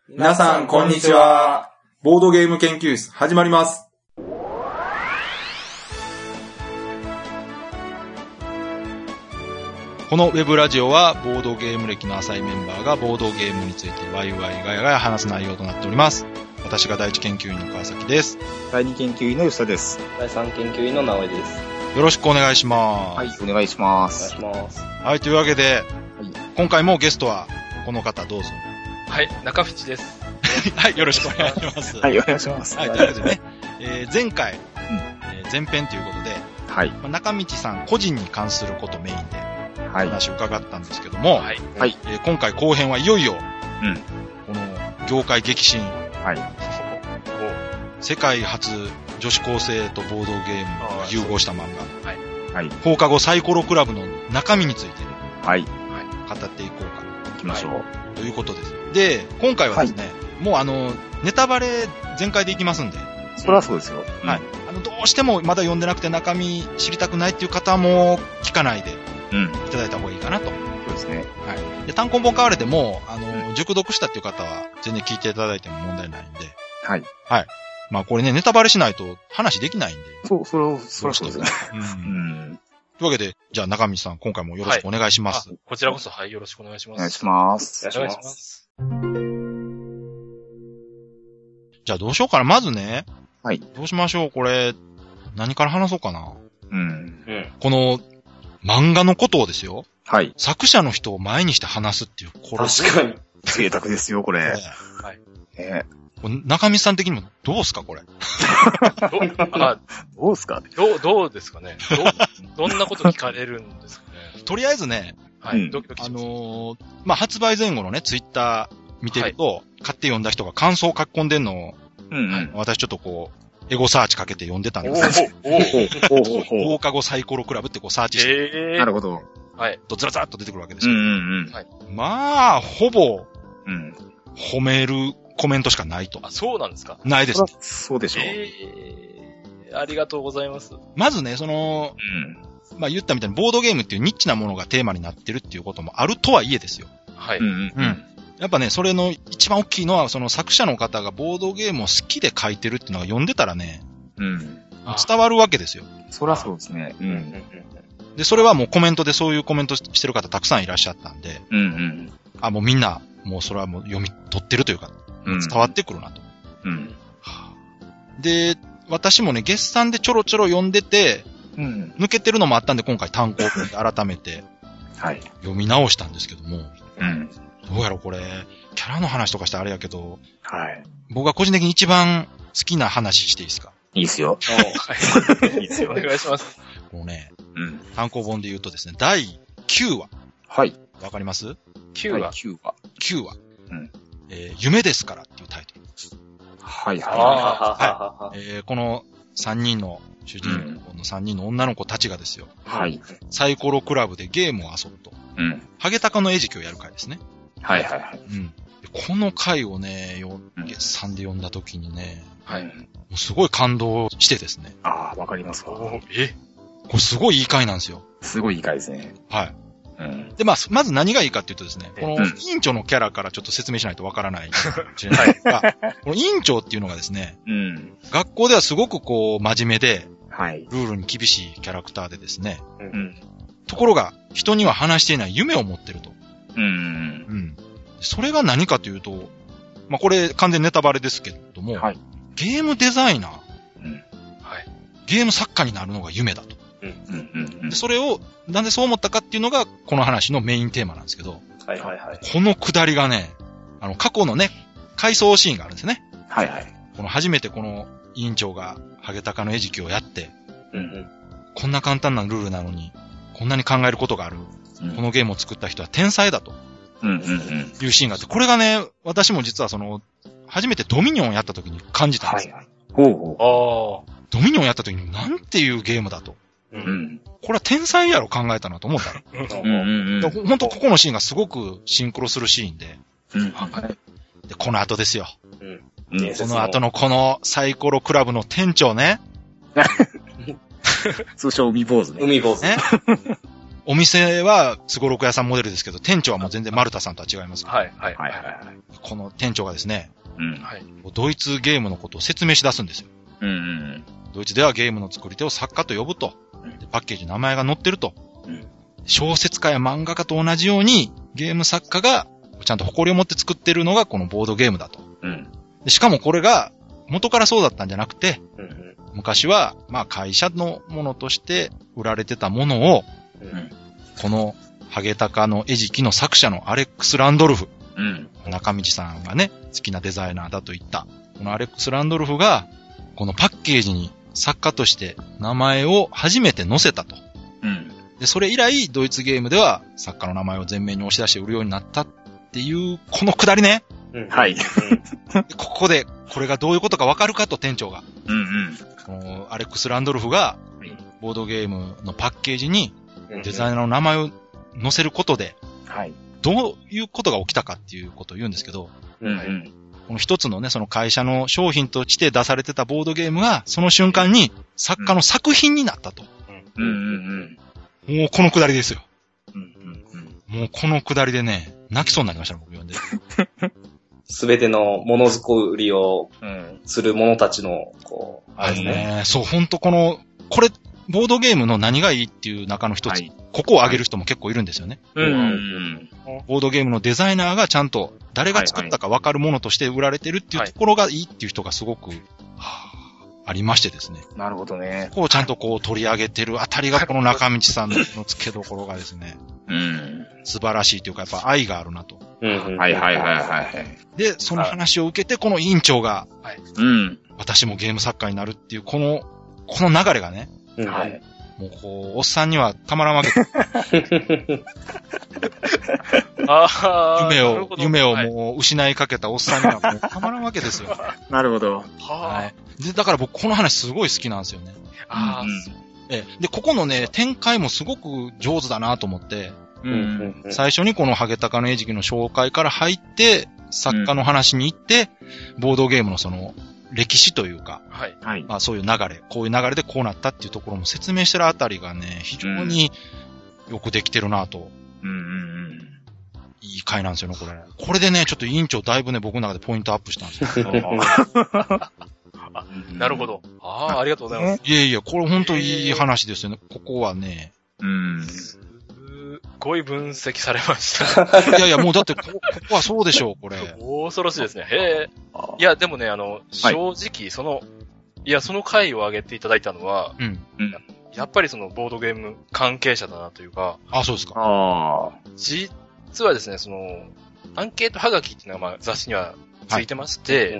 皆さん、こんにちは。ボードゲーム研究室、始まります。 このウェブラジオは、ボードゲーム歴の浅いメンバーがボードゲームについてワイワイガヤガヤ話す内容となっております。私が第一研究員の川崎です。 第二研究員の吉田です。 第三研究員の直江です。 よろしくお願いします。 はい、お願いします。 お願いします。 はい、というわけで、今回もゲストはこの方どうぞ。 はい、中渕です。 はい、よろしくお願いします。 はい、お願いします。 はい、というわけでね、前回、前編ということで、 はい。 中道さん個人に関することメインで話を伺ったんですけども、 はい。 はい。 今回後編はいよいよ、 うん。 この業界激震、 はい。 世界初女子高生とボードゲームが融合した漫画、 はい。 放課後サイコロクラブの中身について、 はい。 語っていこうか行きましょう。 ということです。で、今回はですね、もうネタバレ全開でいきますんで。 そりゃそうですよ。 はい。どうしてもまだ読んでなくて中身知りたくないっていう方も聞かないでいただいた方がいいかなと。 そうですね。 はい。で、単行本買われても、熟読したっていう方は全然聞いていただいても問題ないんで。 はい。 はい。まあこれね、ネタバレしないと話できないんで。 そりゃそうですね。 というわけで、じゃあ中道さん、今回もよろしくお願いします。 はい、こちらこそ、はい、よろしくお願いします。 お願いします。 お願いします。 じゃあどうしようかな。まずね。 はい。 どうしましょう。これ、何から話そうかな。 この、漫画のことをですよ。 はい。 作者の人を前にして話すっていう、これ。 確かに。 贅沢ですよ、これ。 はい。 中道さん的にもどうすか、これ。 どうすかどうですかね。どんなこと聞かれるんですかね。 とりあえずね、 はい、ドキドキします。 まあ、発売前後のね、ツイッター見てると、買って読んだ人が感想を書き込んでんのを、私ちょっとこう、エゴサーチかけて読んでたんですよ。放課後サイコロクラブってこうサーチして。 なるほど。 はい。とずらずらっと出てくるわけですよ。 はい。 まあ、ほぼ、褒めるコメントしかないと。 あ、そうなんですか？ ないですね。 そうでしょう。ありがとうございます。 まずね、まあ言ったみたいにボードゲームっていうニッチなものがテーマになってるっていうこともあるとはいえですよ。 はい。 やっぱね、それの一番大きいのは、その作者の方がボードゲームを好きで書いてるっていうのが読んでたらね、伝わるわけですよ。 そりゃそうですね。 で、それはもうコメントでそういうコメントしてる方たくさんいらっしゃったんで、あ、もうみんな、もうそれはもう読み取ってるというか、伝わってくるなと。で、私もね、月産でちょろちょろ読んでて、抜けてるのもあったんで、今回単行本で改めて、読み直したんですけども、どうやろこれ、キャラの話とかしてあれやけど、僕が個人的に一番好きな話していいですか？ いいですよ。 はい。いいですよ。お願いします。 このね、単行本で言うとですね、第9話。 はい。 わかります？ 9話。 9話。夢ですからっていうタイトルです。この3人の主人公の3人の女の子たちがですよ。サイコロクラブでゲームを遊ぶと。ハゲタカの餌食をやる回ですね。この回をね、月産で読んだ時にね、もうすごい感動してですね。 ああ、わかりますわ。 これすごいいい回なんですよ。 すごいいい回ですね。 はい。で、まず何がいいかっていうとですね、この委員長のキャラからちょっと説明しないとわからないかもしれないですが、この委員長っていうのがですね、学校ではすごくこう真面目で、ルールに厳しいキャラクターでですね、ところが人には話していない夢を持ってると。それが何かというと、まあ、これ完全ネタバレですけれども、ゲームデザイナー、ゲーム作家になるのが夢だと。でそれを、なんでそう思ったかっていうのが、この話のメインテーマなんですけど、このくだりがね、過去のね、回想シーンがあるんですね。この初めてこの委員長がハゲタカの餌食をやって、こんな簡単なルールなのに、こんなに考えることがある。このゲームを作った人は天才だと。いうシーンがあって、これがね、私も実は初めてドミニオンをやった時に感じたんです。ドミニオンやった時になんていうゲームだと。これは天才やろ考えたなと思ったの。本当ここのシーンがすごくシンクロするシーンで。で、この後ですよ。この後のこのサイコロクラブの店長ね。 通称海坊主ね。 海坊主。 ね。 お店はスゴロク屋さんモデルですけど、店長はもう全然マルタさんとは違います。 はい。 この店長がですね、 はい。 ドイツゲームのことを説明し出すんですよ。ドイツではゲームの作り手を作家と呼ぶと。パッケージに名前が載ってると。小説家や漫画家と同じように、ゲーム作家がちゃんと誇りを持って作ってるのがこのボードゲームだと。でしかもこれが元からそうだったんじゃなくて、昔はまあ会社のものとして売られてたものを、このハゲタカの餌食の作者のアレックス・ランドルフ、中道さんがね、好きなデザイナーだと言った、このアレックス・ランドルフが、このパッケージに作家として名前を初めて載せたと。で、それ以来、ドイツゲームでは作家の名前を前面に押し出して売るようになったっていう、このくだりね。 はい。 ここで、これがどういうことかわかるかと店長が。このアレックス・ランドルフが、ボードゲームのパッケージにデザイナーの名前を載せることで、どういうことが起きたかっていうことを言うんですけど、この一つのね、その会社の商品として出されてたボードゲームが、その瞬間に作家の作品になったと。もうこのくだりですよ。もうこのくだりでね、泣きそうになりましたね、僕読んで。 すべてのものづくりをする者たちの、こう、 あれね。そう、ほんとこの、これ、ボードゲームの何がいいっていう中の一つ、ここを挙げる人も結構いるんですよね。ボードゲームのデザイナーがちゃんと誰が作ったか分かるものとして売られてるっていうところがいいっていう人がすごく、ありましてですね。 なるほどね。 ここをちゃんとこう取り上げてるあたりがこの中道さんの付けどころがですね。素晴らしいというかやっぱ愛があるなと。で、その話を受けてこの委員長が、私もゲーム作家になるっていうこの流れがね。もうこう、おっさんにはたまらんわけ。夢をもう失いかけたおっさんにはもうたまらんわけですよ。 なるほど。 で、だから僕この話すごい好きなんですよね。で、ここのね、展開もすごく上手だなと思って、最初にこのハゲタカの餌食の紹介から入って、作家の話に行って、ボードゲームのその、歴史というか、まあそういう流れ、こういう流れでこうなったっていうところも説明してるあたりがね、非常によくできてるなと。いい回なんですよね、これ。これでね、ちょっと委員長だいぶね、僕の中でポイントアップしたんですよ。 なるほど。ありがとうございます。 いや、これ本当いい話ですよね。ここはね。 すごい分析されました。 いや、もうだってここはそうでしょう、これ。 恐ろしいですね。いや、でもね、正直、その回を挙げていただいたのは、やっぱりそのボードゲーム関係者だなというか。 そうですか。 実はですね、その、アンケートはがきっていうのがまあ雑誌にはついてまして、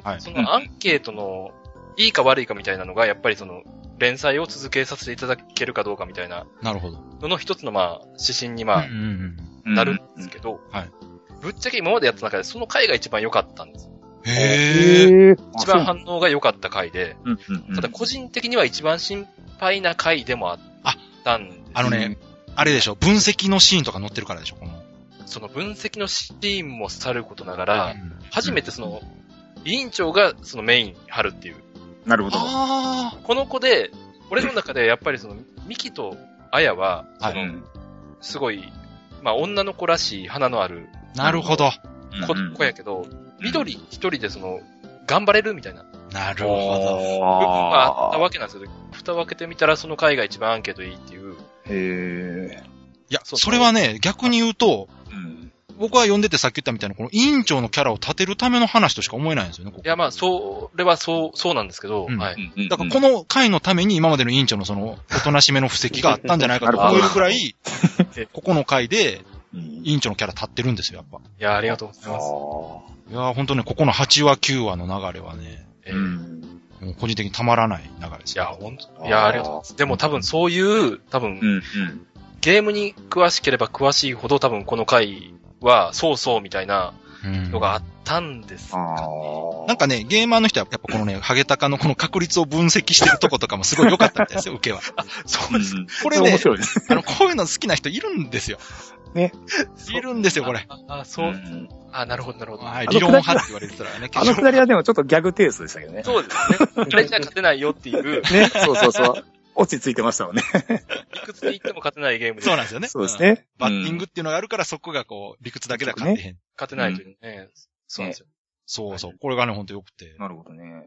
そのアンケートのいいか悪いかみたいなのが、やっぱりその、連載を続けさせていただけるかどうかみたいな。 なるほど。 のの一つのまあ、指針にまあ、なるんですけど、ぶっちゃけ今までやった中でその回が一番良かったんです。一番反応が良かった回で、ただ個人的には一番心配な回でもあったんです。 あれでしょ、分析のシーンとか載ってるからでしょ、 その分析のシーンもさることながら、初めてその、委員長がそのメイン張るっていう。 なるほど。 この子で、俺の中でやっぱりその、ミキとアヤは、すごい、まあ女の子らしい花のある。 なるほど。 子やけど、緑一人でその、頑張れるみたいな。 なるほど。 部分があったわけなんですけど、蓋を開けてみたらその回が一番アンケートいいっていう。 いや、それはね、逆に言うと、僕は読んでてさっき言ったみたいな、この委員長のキャラを立てるための話としか思えないんですよね、 いや、まあ、それはそうなんですけど、 だからこの回のために今までの委員長のその、おとなしめの布石があったんじゃないかと思えるくらい、ここの回で、委員長のキャラ立ってるんですよ、やっぱ。いや、ありがとうございます。 いや、本当ね、ここの8話、9話の流れはね、もう個人的にたまらない流れですよ。 いや、ありがとうございます。でも多分そういう、ゲームに詳しければ詳しいほど多分この回は、そうみたいなのがあったんです。 なんかね、ゲーマーの人はやっぱこのね、ハゲタカのこの確率を分析してるとことかもすごい良かったみたいですよ、受けは。 そうです。 これね、こういうの好きな人いるんですよ。ね。いるんですよ、これ。 なるほど、なるほど。 理論派って言われてたらね。 あのくだりはでもちょっとギャグテイストでしたけどね。 そうですね。これじゃ勝てないよっていう。 ね、そう。 落ち着いてましたもんね。 理屈で言っても勝てないゲームで。 そうなんですよね。 そうですね。 バッティングっていうのがあるから、そこがこう、理屈だけでは勝てへん。 勝てないというね。そうなんですよ。 そうそう。これがね、ほんと良くて。 なるほどね。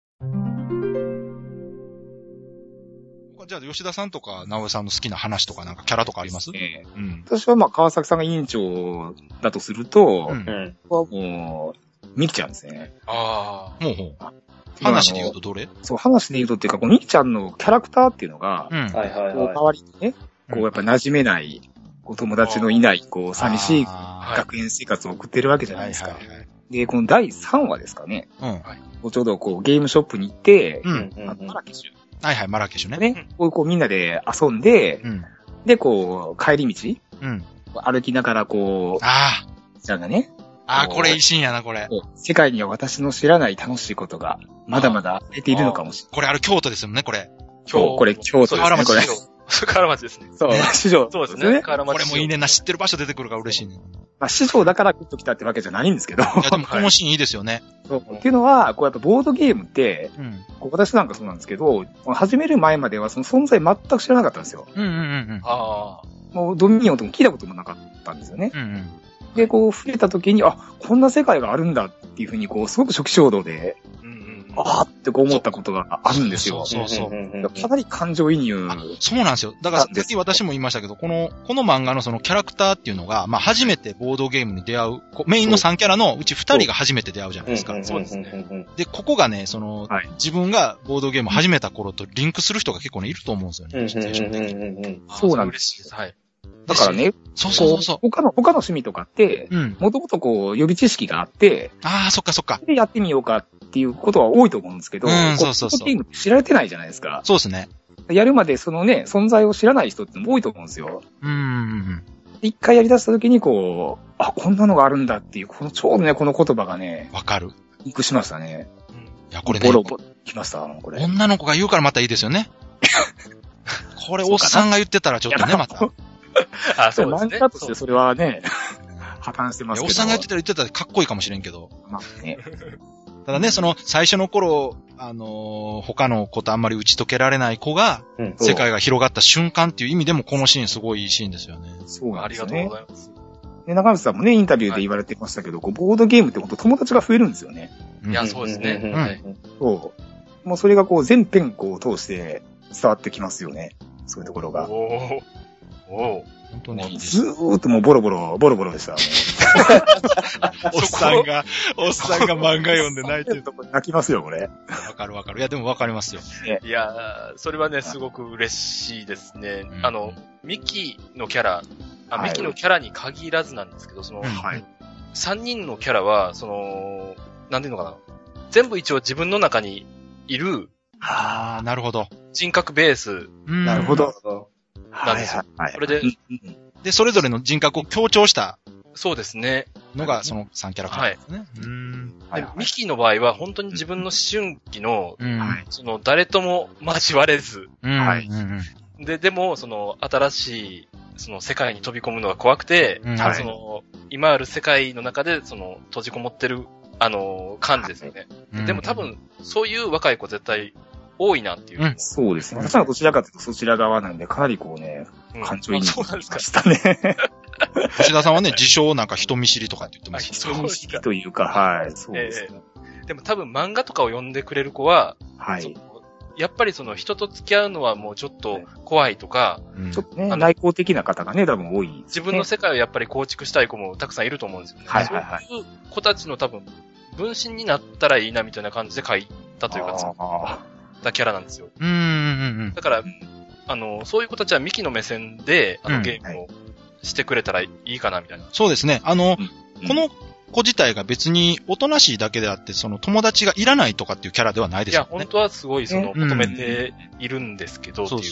じゃあ、吉田さんとか、直江さんの好きな話とか、なんかキャラとかあります？ 私はまあ、川崎さんが委員長だとすると、はもう、ミキちゃんですね。 ああ。ほうほう。話で言うとどれ？ そう、話で言うとっていうか、こうミキちゃんのキャラクターっていうのが、 はいはいはい。 周りにね、こうやっぱ馴染めない、こう友達のいない、こう寂しい学園生活を送ってるわけじゃないですか。で、この第3話ですかね。ちょうどこうゲームショップに行って、マラケシュ。 はいはい、マラケシュね。 こうみんなで遊んで、で、こう、帰り道、歩きながらこう、ちゃんがね、 これいいシーンやな、これ。 世界には私の知らない楽しいことが、まだまだ出ているのかもしれない。 これ京都ですよね、これ。 これ京都ですね、これ。 河原町ですね。 そう、市場。 そうですね。河原町。 これもいいねんな、知ってる場所出てくるから嬉しいね。 まあ、市場だからグッと来たってわけじゃないんですけど。いや、でもこのシーンいいですよね。 そう。っていうのは、こうやっぱボードゲームって、こう私なんかそうなんですけど、始める前まではその存在全く知らなかったんですよ。もうドミニオンとも聞いたこともなかったんですよね。で、こう触れた時に、こんな世界があるんだっていうふうに、こう、すごく初期衝動で、ってこう思ったことがあるんですよ。 そうそう。 かなり感情移入。 そうなんですよ。だから、さっき私も言いましたけど、この漫画のそのキャラクターっていうのが、まあ、初めてボードゲームに出会う、メインの3キャラのうち2人が初めて出会うじゃないですか。 そうですね。 で、ここがね、その、自分がボードゲームを始めた頃とリンクする人が結構ね、いると思うんですよね。 そうなんです。 はい。 だからね、 そう。 他の趣味とかって、もともとこう、予備知識があって、 そっかそっか。 で、やってみようかっていうことは多いと思うんですけど、 そう。 ゲーム知られてないじゃないですか。 そうですね。 やるまでそのね、存在を知らない人って多いと思うんですよ。一回やり出した時にこう、こんなのがあるんだっていう、このちょうどね、この言葉がね、 わかる。 リンクしましたね。 いや、これね。 ボロボロ来ました、これ。 女の子が言うからまたいいですよね。これ、おっさんが言ってたらちょっとね、また。 そうですね。漫画としてそれはね、破綻してますけど。 おっさんが言ってたらかっこいいかもしれんけど。 まあね。 ただね、その、最初の頃、他の子とあんまり打ち解けられない子が、世界が広がった瞬間っていう意味でも、このシーンすごいいいシーンですよね。 そうなんですね。 ありがとうございます。 で、中道さんもね、インタビューで言われてましたけど、こうボードゲームって本当友達が増えるんですよね。 いや、そうですね。 そう。もうそれがこう全編こう通して伝わってきますよね。そういうところが。 本当にいいです。 ずーっともうボロボロでした。 おっさんが漫画読んで泣いてるとこ泣きますよ、これ。 わかる。いや、でもわかりますよ。 いや、それはね、すごく嬉しいですね。ミキのキャラ、ミキのキャラに限らずなんですけど、その、3人のキャラは、その、なんていうのかな。全部一応自分の中にいる、 なるほど。 人格ベース。 なるほど。 なんですよ。それで、 で、それぞれの人格を強調したそうですね。 のが、その3キャラクターですね。 ミキの場合は、本当に自分の思春期の、その、誰とも交われず、でも、その、新しい、その、世界に飛び込むのが怖くて、その、今ある世界の中で、その、閉じこもってる、感じですよね。でも多分、そういう若い子絶対多いなっていう。 そうですね。私はどちらかというとそちら側なんで、かなりこうね、感情移入しましたね。 吉田さんはね、自称なんか人見知りとかって言ってます。 人見知りというか、はい、そうですね。 でも多分漫画とかを読んでくれる子は、やっぱりその人と付き合うのはもうちょっと怖いとか、 ちょっとね、内向的な方がね、多分多い。 自分の世界をやっぱり構築したい子もたくさんいると思うんですよね。そういう子たちの多分、分身になったらいいなみたいな感じで書いたというか、たキャラなんですよ。だから、そういう子たちはミキの目線で、ゲームをしてくれたらいいかなみたいな。 そうですね。この子自体が別におとなしいだけであって、その友達がいらないとかっていうキャラではないですよね。 いや、本当はすごい求めているんですけど、 そう。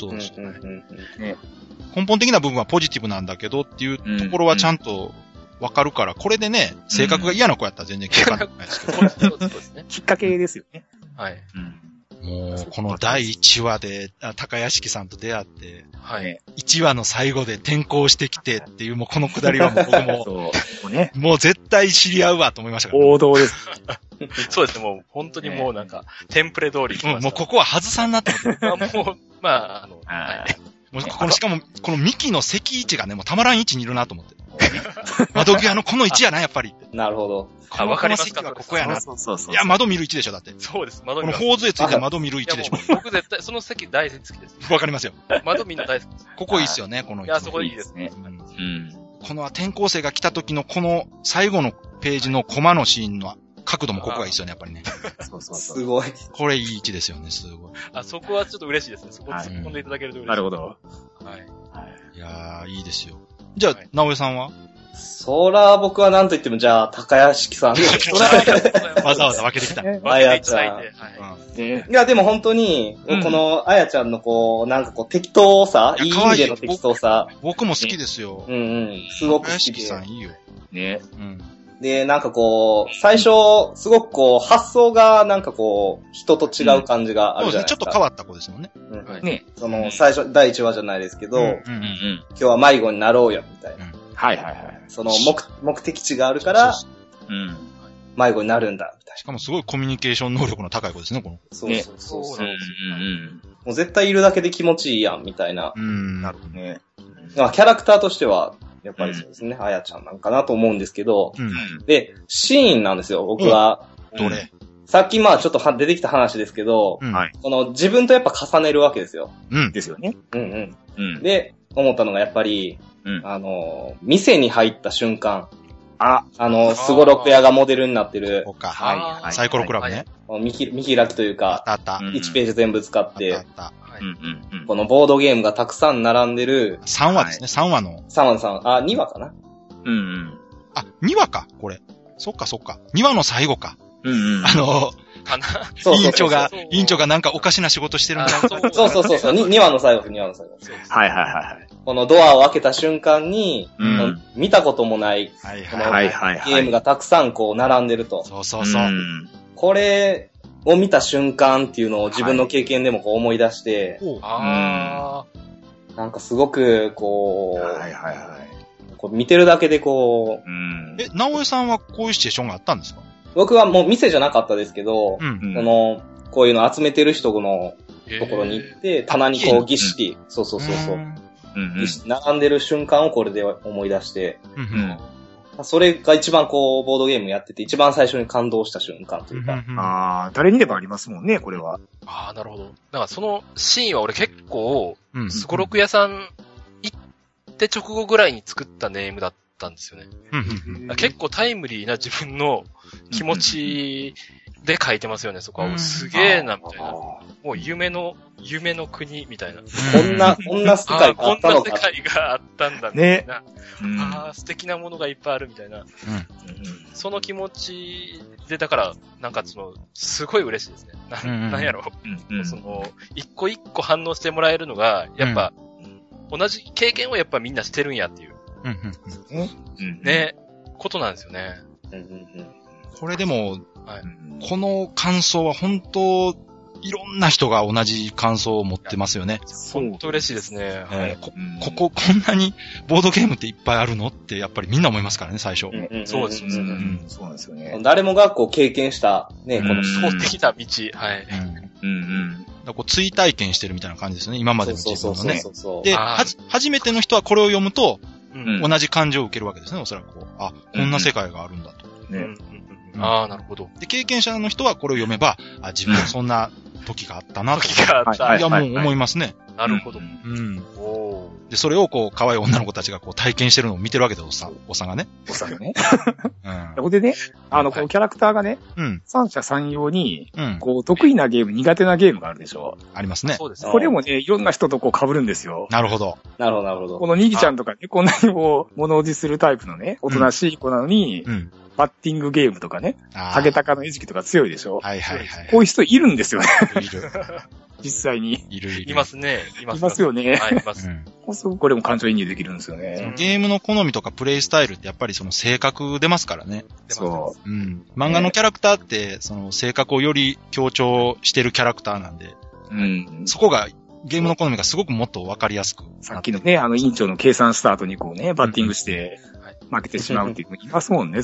根本的な部分はポジティブなんだけどっていうところはちゃんとわかるから、これでね、性格が嫌な子やったら全然共感ないですけど。 そうですね。 きっかけですよね。 はい。 いもう、この第1話で、高屋敷さんと出会って、 はい。 1話の最後で転校してきてっていう、もうこのくだりはもう僕も、 そうね。 もう絶対知り合うわと思いましたから、 ね。王道です。 そうですね、もう本当にもうなんか、テンプレ通り来ました、 もうここは外さんなって思って。 もう、まあ、はい。 もうこのしかも、このミキの席位置がね、もうたまらん位置にいるなと思って。窓際のこの位置やな、やっぱり。 なるほど。 わかりますか？ ここやな。 そう。 いや、窓見る位置でしょ、だって。 そうです、窓見る。この頬杖ついて窓見る位置でしょ。 僕絶対、その席大好きです。 わかりますよ。 窓見るの大好きです。 ここいいっすよね、この位置。 いや、そこいいですね。 この転校生が来た時のこの最後のページのコマのシーンの角度もここがいいですよね、やっぱりね。 そう。すごい。 これいい位置ですよね、すごい。 そこはちょっと嬉しいですね。そこ突っ込んでいただけると嬉しい。 なるほど。 はい。 いやー、いいですよ。じゃあ、直江さんはそら、僕は何と言っても、じゃあ、高屋敷さん。 わざわざ分けてきた。 あやちゃん。いや、でも本当に、このあやちゃんのなんか適当さ、いい意味での適当さ。 僕も好きですよ。 すごく好きで。高屋敷さんいいよ。 ね。 で、なんか最初、すごく発想がなんか人と違う感じがあるじゃないですか。そうですね、 ちょっと変わった子ですもんね。 ね。 最初、第1話じゃないですけど、今日は迷子になろうよ、みたいな。 はい。 目的地があるから、迷子になるんだ、みたいな。 しかもすごいコミュニケーション能力の高い子ですね、この。 そう。もう絶対いるだけで気持ちいいやん、みたいな。 なるほどね。 キャラクターとしては、やっぱりそうですね、あやちゃんなんかなと思うんですけど、で、シーンなんですよ、僕は。 どれ？ さっきちょっと出てきた話ですけど、自分とやっぱ重ねるわけですよ。 ですよね。 で、思ったのがやっぱり、店に入った瞬間、スゴロク屋がモデルになってる。 サイコロクラブね。 見開きというか、1ページ全部使って、このボードゲームがたくさん並んでる。 3話ですね、3話の。 2話かな。 2話か、これ。そっか。2話の最後か。委員長がなんかおかしな仕事してるんだ。 そう。2話の最後。 はい。 このドアを開けた瞬間に、見たこともない、このゲームがたくさん並んでると。 そう。 これを見た瞬間っていうのを自分の経験でも思い出して、なんかすごく見てるだけで直江さんはこういうシチュエーションがあったんですか？ 僕はもう店じゃなかったですけど、こういうの集めてる人のところに行って、棚に儀式、そう。並んでる瞬間をこれで思い出して、それが一番ボードゲームやってて一番最初に感動した瞬間というか。 誰にでもありますもんね、これは。 なるほど。だからそのシーンは俺結構、スゴロク屋さん行って直後ぐらいに作ったネームだったんですよね。結構タイムリーな自分の気持ちで書いてますよね、そこは。すげえな、みたいな。もう夢の国みたいな。 こんな世界があったのか。 こんな世界があったんだ、みたいな。素敵なものがいっぱいあるみたいな。その気持ちで、だから、なんかすごい嬉しいですね。なんやろ。一個一個反応してもらえるのが、やっぱ、同じ経験をやっぱみんなしてるんやっていう。ことなんですよね。 これでも、この感想は本当、いろんな人が同じ感想を持ってますよね。 本当嬉しいですね。 こんなにボードゲームっていっぱいあるのってやっぱりみんな思いますからね、最初。 そうですよね。 そうなんですよね。 誰もが経験したね、この通ってきた道。はい。 追体験してるみたいな感じですね、今までの自分のね。で、初めての人はこれを読むと、同じ感情を受けるわけですね、おそらく。こんな世界があるんだと。 なるほど。 で、経験者の人はこれを読めば、自分はそんな時があったなと。 時があった。 いや、もう思いますね。 なるほど。 で、それを可愛い女の子たちが体験してるのを見てるわけで、おっさんがね。 おっさんがね。ここでね、このキャラクターがね、三者三様に、得意なゲーム、苦手なゲームがあるでしょ。 ありますね。 そうです。これもね、いろんな人と被るんですよ。 なるほど。 このニギちゃんとかね、こんなに物おじするタイプのね、おとなしい子なのに、バッティングゲームとかね、ハゲタカの餌食とか強いでしょ。こういう人いるんですよね。 実際に。 いますね。 いますよね。 はい、います。 これも感情移入できるんですよね。 ゲームの好みとかプレイスタイルってやっぱりその性格出ますからね。 そう。 漫画のキャラクターって、その性格をより強調してるキャラクターなんで、そこが、ゲームの好みがすごくもっとわかりやすく。 さっきのね、委員長の計算スタートにこうね、バッティングして、負けてしまうっていうのいますもんね、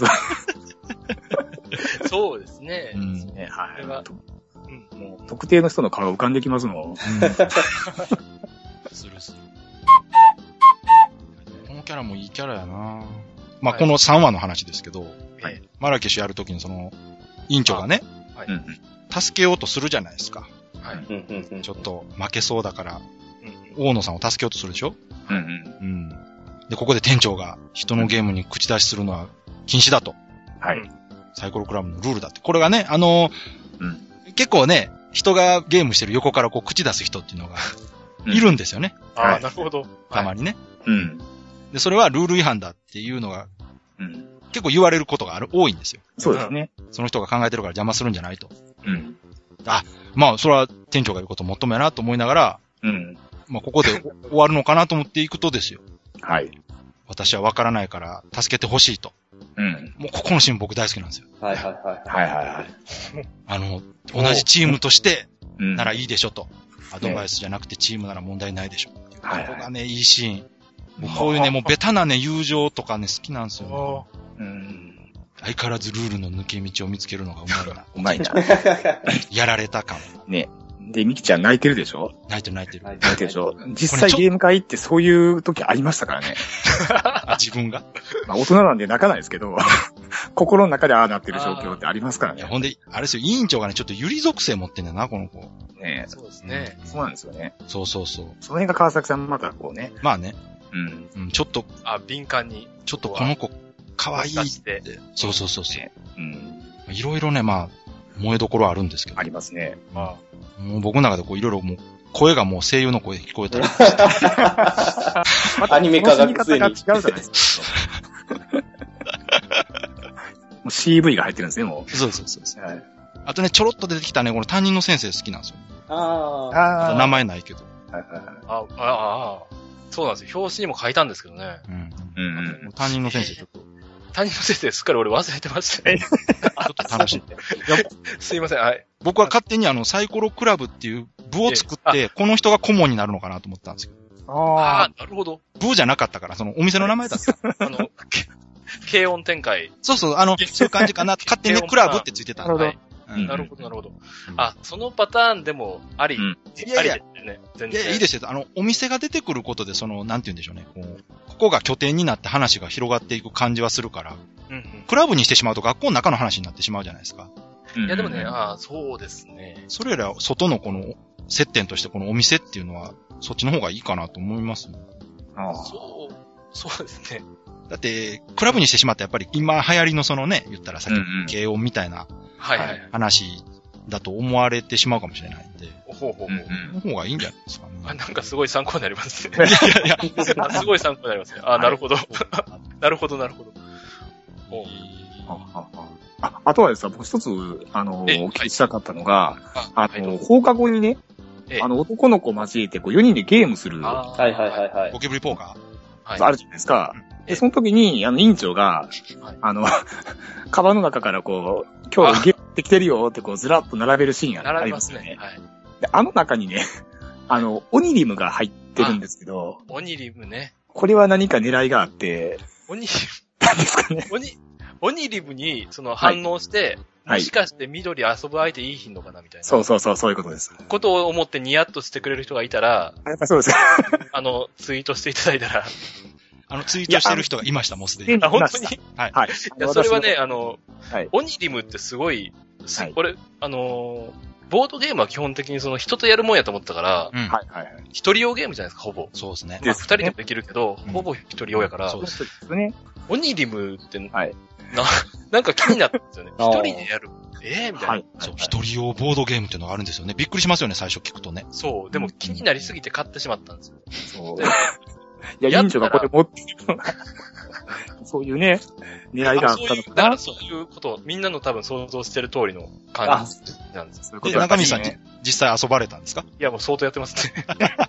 そうですね。 はい。もう特定の人の顔が浮かんできますもん。する。 このキャラもいいキャラやな。まあ、この3話の話ですけど、マラケシュやるときにその、委員長がね、助けようとするじゃないですか。ちょっと負けそうだから、大野さんを助けようとするでしょ。で、ここで店長が人のゲームに口出しするのは禁止だと。サイコロクラブのルールだって。これがね、結構ね、人がゲームしてる横からこう口出す人っていうのがいるんですよね。 なるほど。 たまにね。で、それはルール違反だっていうのが、結構言われることが多いんですよ。 そうですね。 その人が考えてるから邪魔するんじゃないと。まあ、それは店長が言うこともっともやなと思いながら、まあ、ここで終わるのかなと思っていくとですよ。私は分からないから助けてほしいと。もうここのシーン僕大好きなんですよ。同じチームとしてならいいでしょと。アドバイスじゃなくてチームなら問題ないでしょ。ここがね、いいシーン。こういうね、もうベタなね、友情とかね、好きなんですよ、ね。相変わらずルールの抜け道を見つけるのがうまいな。 うまいな。 やられた感。 ね。で、ミキちゃん泣いてるでしょ？ 泣いてる。 泣いてるでしょ？実際ゲーム会ってそういう時ありましたからね。 自分が？ まあ大人なんで泣かないですけど、心の中でああなってる状況ってありますからね。 ほんで、あれですよ、委員長がね、ちょっとユリ属性持ってんだよな、この子。 ねそうですね。 そうなんですよね。 そう。その辺が川崎さんまたこうね。 まあね。ちょっと。 敏感に。 ちょっとこの子、可愛いって。そう。いろいろね、まあ、燃えどころあるんですけど。 ありますね。 もう僕の中でこういろいろもう、声がもう声優の声聞こえたり。 アニメ化がついに。違うじゃないですか。もう CV が入ってるんですね、もう。 そう。あとね、ちょろっと出てきたね、この担任の先生好きなんですよ。名前ないけど。 そうなんですよ。表紙にも書いたんですけどね。 担任の先生ちょっと。 担任の先生すっかり俺忘れてましたね。ちょっと楽しい。 すいません、はい。 僕は勝手にサイコロクラブっていう部を作って、この人が顧問になるのかなと思ったんですけど。 なるほど。 部じゃなかったから、そのお店の名前だった。 軽音展開。 そう、そういう感じかな。勝手にね、クラブってついてたんで。 なるほど。そのパターンでもあり。 いや、いいですよ。お店が出てくることで、なんて言うんでしょうね。ここが拠点になって話が広がっていく感じはするから。クラブにしてしまうと学校の中の話になってしまうじゃないですか。 いや、でもね、そうですね。 それより外のこの接点としてこのお店っていうのは、そっちの方がいいかなと思いますね。 そうですね。 だって、クラブにしてしまったらやっぱり今流行りの言ったらさっき軽音みたいな話だと思われてしまうかもしれないんで。の方がいいんじゃないですかね。 なんかすごい参考になりますね。いや、すごい参考になりますね。なるほど。なるほど。 あとはですね、僕一つ、お聞きしたかったのが、放課後にね、男の子交えて4人でゲームする。 ゴキブリポーカーあるじゃないですか。で、その時に、委員長が、カバンの中から今日ゲームできてるよってずらっと並べるシーンがありますよね。で、中にね、オニリムが入ってるんですけど。 オニリムね。 これは何か狙いがあって、 オニリムなんですかね。 オニリムに反応して、もしかして緑遊ぶ相手いいひんのかなみたいな。 そういうことです。 ことを思ってニヤッとしてくれる人がいたら、 やっぱそうですか。 ツイートしていただいたら。 ツイートしてる人がいました、もうすでに。 本当にはい。 いや、それはね、オニリムってすごい、これ、ボードゲームは基本的に人とやるもんやと思ったから、一人用ゲームじゃないですか、ほぼ。 そうですね。 二人でもできるけど、ほぼ一人用やから、 そうですね。 オニリムって、なんか気になったんですよね。一人でやる。みたいな。 そう、一人用ボードゲームっていうのがあるんですよね。びっくりしますよね、最初聞くとね。 そう、でも気になりすぎて買ってしまったんですよ。 そう。いや、委員長がこれ持ってるのが、 そういうね、狙いがあったのかな。だからそういうことを、みんなの多分想像してる通りの感じなんです。 で、中身さん、実際遊ばれたんですか？ いや、もう相当やってますね。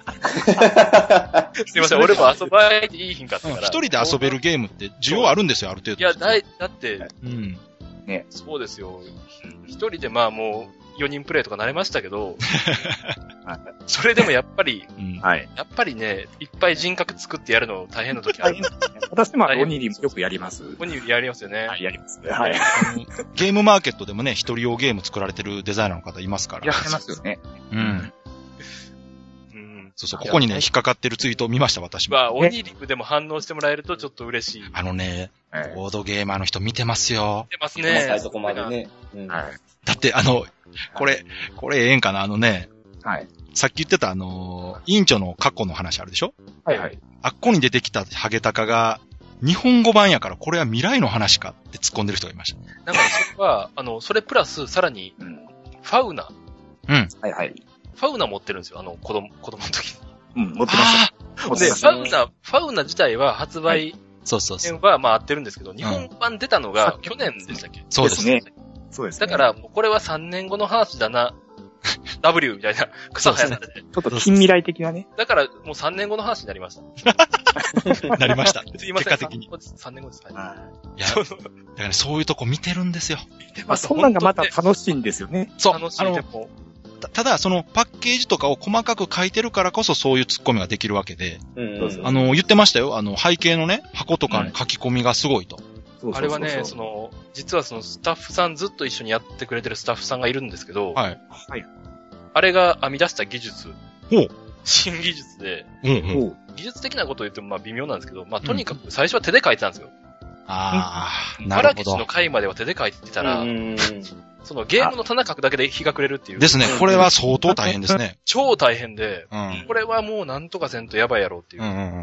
すいません、俺も遊ばれていい品かったから。 一人で遊べるゲームって需要あるんですよ、ある程度。 いや、だって、ね、そうですよ。一人でまあもう4人プレイとか慣れましたけど、それでもやっぱり、やっぱりね、いっぱい人格作ってやるの大変な時ある。 私も鬼によくやります。 鬼やりますよね。 はい、やりますね。はい。 ゲームマーケットでもね、一人用ゲーム作られてるデザイナーの方いますから。 やってますよね。 うん。そうそう、ここにね、引っかかってるツイートを見ました、私も。 まあ、鬼リプでも反応してもらえるとちょっと嬉しい。 ボードゲーマーの人見てますよ。 見てますね。 細いとこまでね。 だって、これええんかな、はい。さっき言ってた委員長の過去の話あるでしょ？ はいはい。 あっこに出てきたハゲタカが、日本語版やからこれは未来の話かって突っ込んでる人がいました。 なんかそれは、それプラスさらに、ファウナ。 うん。 はいはい。 ファウナ持ってるんですよ、子供の時に。持ってました。 で、ファウナ自体は発売はまあ合ってるんですけど、日本版出たのが去年でしたっけ？ そうですね。 そうですね。だから、これは3年後の話だな、W みたいな草生やされて。 ちょっと近未来的なね。 だから、もう3年後の話になりました。 なりました。 すいません。 結果的に。 3年後です。 いや、だからそういうとこ見てるんですよ。 まあ、そんなんがまた楽しいんですよね。 そう。 楽しいでも。 ただ、そのパッケージとかを細かく書いてるからこそそういうツッコミができるわけで。言ってましたよ。背景のね、箱とかの書き込みがすごいと。 あれはね、実はスタッフさんずっと一緒にやってくれてるスタッフさんがいるんですけど、 はい。 はい。 あれが編み出した技術。新技術で、技術的なことを言ってもまあ微妙なんですけど、まあとにかく最初は手で書いてたんですよ。 なるほど。 荒木の回までは手で書いてたら、そのゲームの棚書くだけで日が暮れるっていう。 ですね。これは相当大変ですね。 超大変で、これはもうなんとかせんとやばいやろうっていう。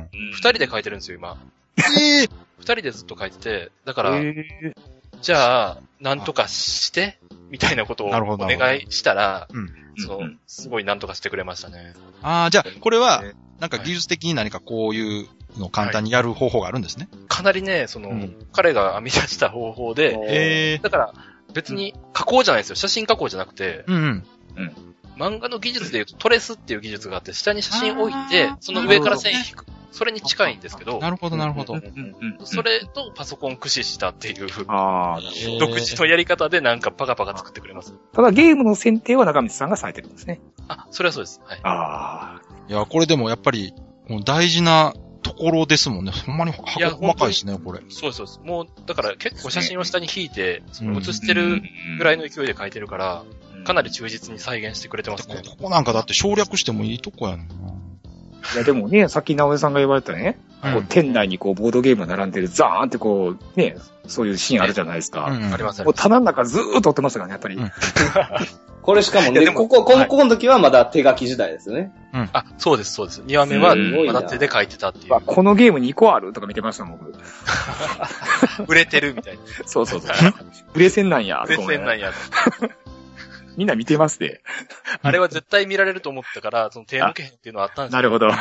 二人で書いてるんですよ、今。二人でずっと書いてて、だから、じゃあ、なんとかして、みたいなことをお願いしたら、すごいなんとかしてくれましたね。 じゃあ、これは、なんか技術的に何かこういうのを簡単にやる方法があるんですね。 かなりね、彼が編み出した方法で、だから、別に加工じゃないですよ。写真加工じゃなくて、漫画の技術で言うとトレスっていう技術があって、下に写真置いて、その上から線引く。それに近いんですけど。 なるほど、なるほど。 それとパソコン駆使したっていう、独自のやり方でなんかパカパカ作ってくれます。 ただゲームの選定は中道さんがされてるんですね。 それはそうです。はい。 いや、これでもやっぱり、大事なところですもんね。ほんまに細かいですね、これ。 そうです。もう、だから結構写真を下に引いて、写してるぐらいの勢いで描いてるから、かなり忠実に再現してくれてますね。 ここなんかだって省略してもいいとこやんな。 いやでもね、さっき直江さんが言われたね、店内にボードゲームが並んでるザーンってね、そういうシーンあるじゃないですか。 あります。 もう棚の中ずーっと追ってましたからね、やっぱり。 これしかもね、ここの時はまだ手書き時代ですよね。 そうです。2話目はまだ手で書いてたっていう。 このゲーム2個あるとか見てましたもん、僕。 売れてるみたいな。 そう。売れ線なんや。 売れ線なんや。 みんな見てますで。 あれは絶対見られると思ったから、手抜けへんっていうのはあったんですよ。 なるほど。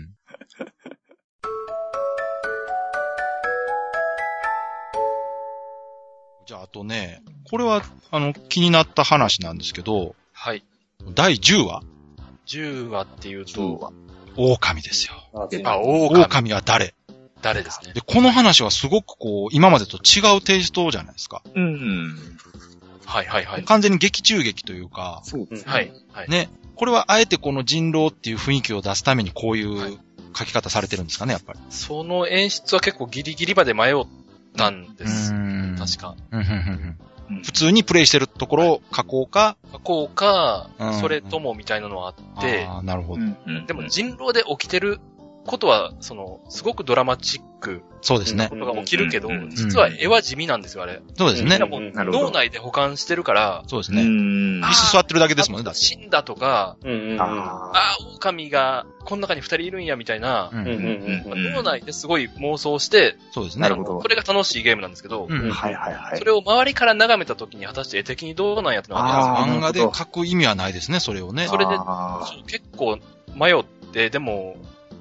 じゃあ、あとね、これは、気になった話なんですけど、 はい。 第10話 ?10 話っていうと、 狼ですよ。 狼は誰ですね。 で、この話はすごく今までと違うテイストじゃないですか。 はい。 完全に劇中劇というか。 そうですね。 はい。 ね。これはあえてこの人狼っていう雰囲気を出すためにこういう書き方されてるんですかね、やっぱり。 その演出は結構ギリギリまで迷ったんです。確か。 普通にプレイしてるところを書こうか、 それともみたいなのはあって。 なるほど。 でも人狼で起きてることは、すごくドラマチック。 そうですね。 ことが起きるけど、実は絵は地味なんですよ、あれ。 そうですね。 脳内で保管してるから。 そうですね。椅子座ってるだけですもんね、だって。 死んだとか、狼が、この中に2人いるんや、みたいな。脳内ですごい妄想して、 そうですね。 なるほど。 これが楽しいゲームなんですけど、 それを周りから眺めた時に果たして絵的にどうなんやってのが漫画で書く意味はないですね、それをね。 それで、結構迷って、でも、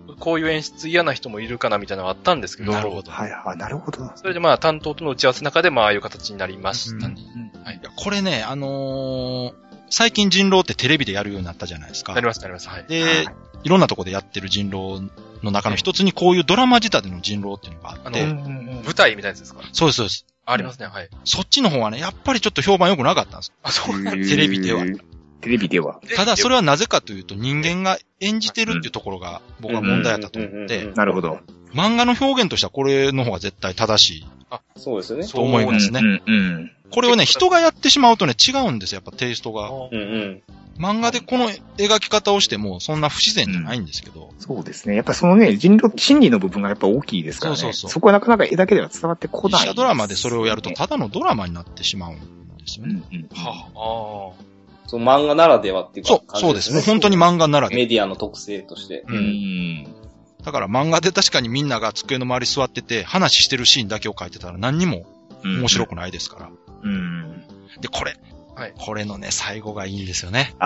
こういう演出嫌な人もいるかなみたいなのがあったんですけど。 なるほど。はいはい、なるほど。 それでまあ担当との打ち合わせの中でまあああいう形になりましたね。 はい。これね、最近人狼ってテレビでやるようになったじゃないですか。 なります、なります。はい。 で、いろんなとこでやってる人狼の中の一つにこういうドラマ仕立ての人狼っていうのがあって。 舞台みたいなやつですか？ そうです、そうです。 ありますね、はい。 そっちの方はね、やっぱりちょっと評判良くなかったんです。 あ、そうなんです。 テレビでは。 テレビでは。 ただそれはなぜかというと人間が演じてるっていうところが僕は問題だったと思って。 なるほど。 漫画の表現としてはこれの方が絶対正しい。 あ、そうですよね。 と思いますね。これをね、人がやってしまうとね、違うんですよ、やっぱテイストが。漫画でこの描き方をしても、そんな不自然じゃないんですけど。 そうですね。やっぱそのね、心理の部分がやっぱ大きいですからね。そこはなかなか絵だけでは伝わってこない。 実写ドラマでそれをやると、ただのドラマになってしまうんですよね。 そう、漫画ならではっていうか、 そうですね。本当に漫画ならでは。 メディアの特性として。 だから漫画で確かにみんなが机の周り座ってて、話してるシーンだけを描いてたら何にも面白くないですから。で、これのね、最後がいいんですよね。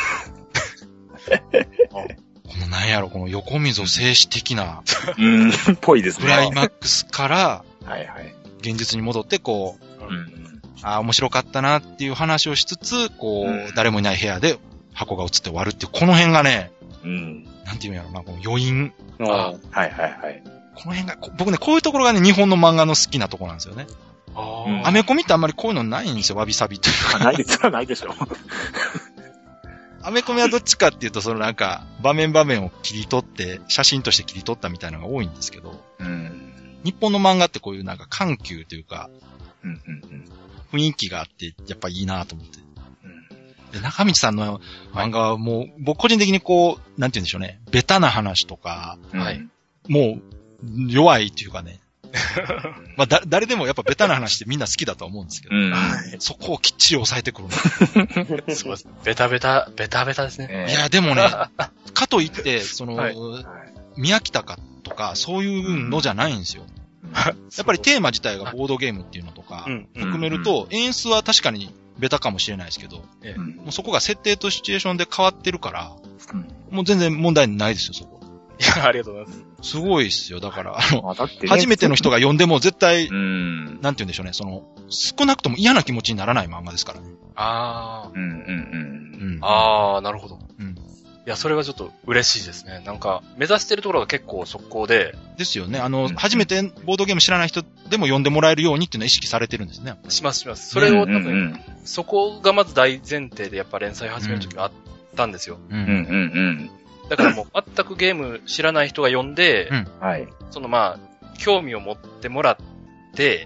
このなんやろ、この横溝静止的な、 ぽいですね。 クライマックスから、現実に戻ってこう、面白かったなっていう話をしつつ、こう、誰もいない部屋で箱が映って終わるっていう、この辺がね、なんていうんやろな、この余韻。この辺が、僕ね、こういうところがね、日本の漫画の好きなところなんですよね。アメコミってあんまりこういうのないんですよ、わびさびというか。 ないですか、ないでしょ。 アメコミはどっちかっていうと、そのなんか、場面場面を切り取って、写真として切り取ったみたいなのが多いんですけど、日本の漫画ってこういうなんか緩急というか、雰囲気があって、やっぱいいなと思って。で、中道さんの漫画はもう、僕個人的にこう、なんて言うんでしょうね、ベタな話とか、もう、弱いっていうかね、まあ、誰でもやっぱベタな話ってみんな好きだとは思うんですけど、そこをきっちり抑えてくるの。 そうです。ベタベタですね。 いや、でもね、かといって、その、宮北かとか、そういうのじゃないんですよ。やっぱりテーマ自体がボードゲームっていうのとか、含めると、演出は確かにベタかもしれないですけど、もうそこが設定とシチュエーションで変わってるから、もう全然問題ないですよ、そこ。 いや、ありがとうございます。 すごいですよ。だから、初めての人が読んでも絶対、なんて言うんでしょうね、その、少なくとも嫌な気持ちにならない漫画ですからね。 なるほど。いや、それはちょっと嬉しいですね。なんか、目指してるところが結構速攻で。 ですよね。初めてボードゲーム知らない人でも読んでもらえるようにっていうのは意識されてるんですね。 します。それを多分、そこがまず大前提でやっぱ連載始めるときはあったんですよ。だからもう全くゲーム知らない人が読んで、そのまあ、興味を持ってもらって、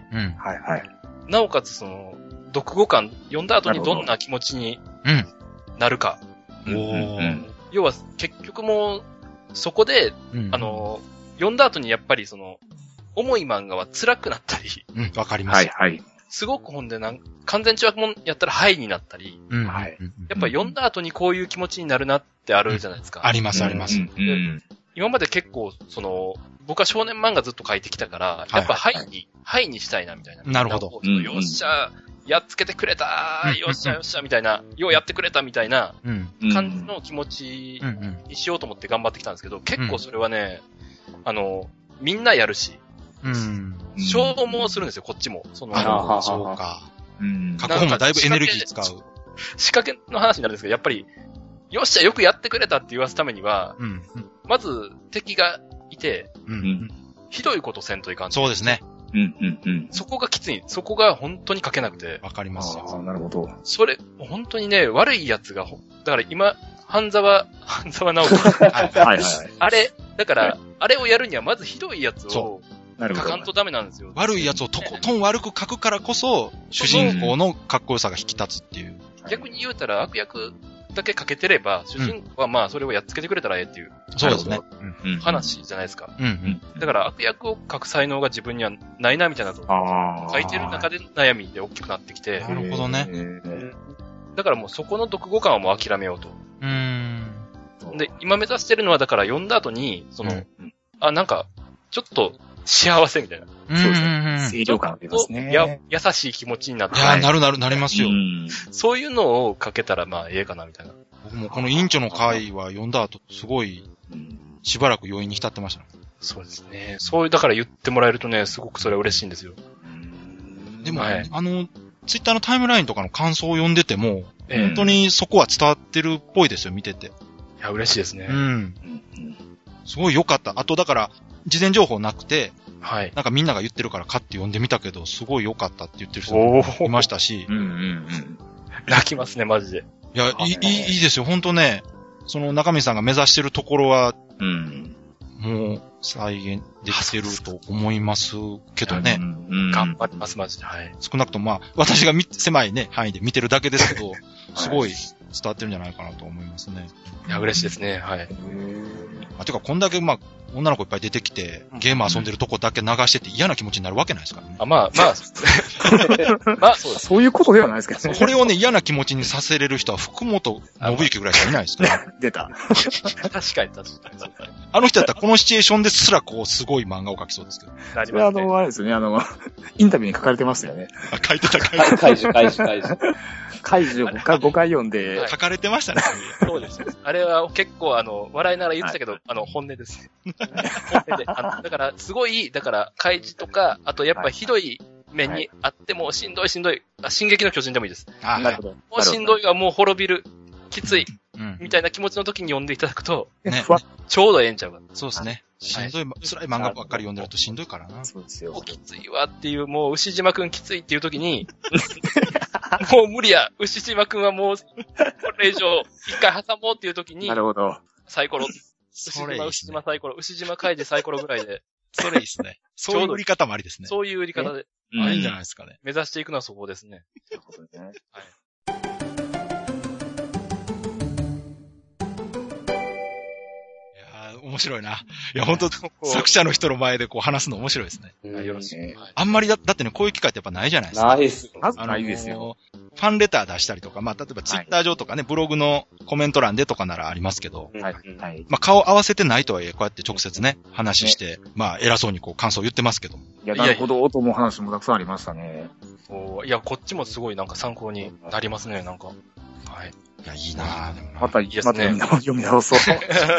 なおかつその、読後感、読んだ後にどんな気持ちになるか。要は結局もう、そこで、読んだ後にやっぱりその、重い漫画は辛くなったり。 わかります。 すごく本で完全中学もやったらハイになったり。やっぱ読んだ後にこういう気持ちになるなってあるじゃないですか。 あります。 今まで結構、その、僕は少年漫画ずっと書いてきたから、やっぱハイにしたいなみたいな。 なるほど。 よっしゃ、やっつけてくれたー、よっしゃよっしゃみたいな、ようやってくれたみたいな感じの気持ちにしようと思って頑張ってきたんですけど、結構それはね、みんなやるし、消耗するんですよ、こっちも。そうか。書く方もだいぶエネルギー使う。 仕掛けの話になるんですけど、やっぱり、よっしゃよくやってくれたって言わすためには、まず敵がいて、ひどいことせんといかん。 そうですね。 そこがきつい。そこが本当に書けなくて。 わかりますよ。 なるほど。 それ、本当にね、悪いやつが、だから今、半沢直樹。あれ、だから、あれをやるにはまずひどいやつを書かんとダメなんですよ。 悪いやつをとことん悪く書くからこそ、主人公のかっこよさが引き立つっていう。 逆に言うたら悪役だけ書けてれば、主人公はまあそれをやっつけてくれたらええっていう。 そうですね。 話じゃないですか。だから悪役を書く才能が自分にはないなみたいなと。書いてる中で悩みで大きくなってきて。 なるほどね。 だからもうそこの読後感はもう諦めようと。で、今目指してるのはだから読んだ後に、その、なんか、ちょっと幸せみたいな。 そうですね。清涼感ありますね。 優しい気持ちになって。 いや、なりますよ。 そういうのを書けたらまあええかなみたいな。 僕もこの委員長の回は読んだ後、すごい、 しばらく余韻に浸ってましたね。 そうですね。そういう、だから言ってもらえるとね、すごくそれは嬉しいんですよ。 でも、ツイッターのタイムラインとかの感想を読んでても、本当にそこは伝わってるっぽいですよ、見てて。いや、嬉しいですね。 すごい良かった。あと、だから、事前情報なくて、なんかみんなが言ってるから買って読んでみたけど、すごい良かったって言ってる人もいましたし。 泣きますね、マジで。 いや、いいですよ、本当ね。その中身さんが目指してるところは、もう再現できてると思いますけどね。 頑張ります、マジで。はい。 少なくとも私が狭いね、範囲で見てるだけですけど、すごい伝わってるんじゃないかなと思いますね。 いや、嬉しいですね、はい。 てか、こんだけ女の子いっぱい出てきて、ゲーム遊んでるとこだけ流してて嫌な気持ちになるわけないですからね。 まあ、 そういうことではないですけどね。 これをね、嫌な気持ちにさせれる人は福本信之ぐらいしかいないですから。 出た。 確かに。 あの人だったらこのシチュエーションですらすごい漫画を描きそうですけど。 あれですよね、インタビューに書かれてましたよね。 書いてた。 怪獣5回読んで。 書かれてましたね。 そうです。あれは結構笑いながら言ってたけど、本音です。本音で。だから、すごい、怪獣とか、あとやっぱひどい面にあってもしんどい。進撃の巨人でもいいです。 なるほど。 もうしんどいがもう滅びる。きつい。みたいな気持ちの時に読んでいただくと、ちょうどええんちゃうか。 そうですね。しんどい、辛い漫画ばっかり読んでるとしんどいからな。 そうですよ。 もうきついわっていう、もう牛島くんきついっていう時に、もう無理や。牛島くんはもう、これ以上、一回挟もうっていう時に、 なるほど。 サイコロ。牛島サイコロ。牛島カイジサイコロぐらいで。 それいいですね。そういう売り方もありですね。 そういう売り方で。 いいんじゃないですかね。 目指していくのはそこですね。 なるほどね。はい。 面白いな。いや、本当作者の人の前で話すの面白いですね。 よろしく。 あんまりだってね、こういう機会ってやっぱないじゃないですか。 ないです。 まずないですよ。 ファンレター出したりとか、例えばツイッター上とかね、ブログのコメント欄でとかならありますけど、顔合わせてないとはいえ、こうやって直接ね、話して、偉そうに感想を言ってますけども。 いや、なるほど、と思う話もたくさんありましたね。 いや、こっちもすごい参考になりますね、はい。 いや、いいなぁ。 また読み直そう。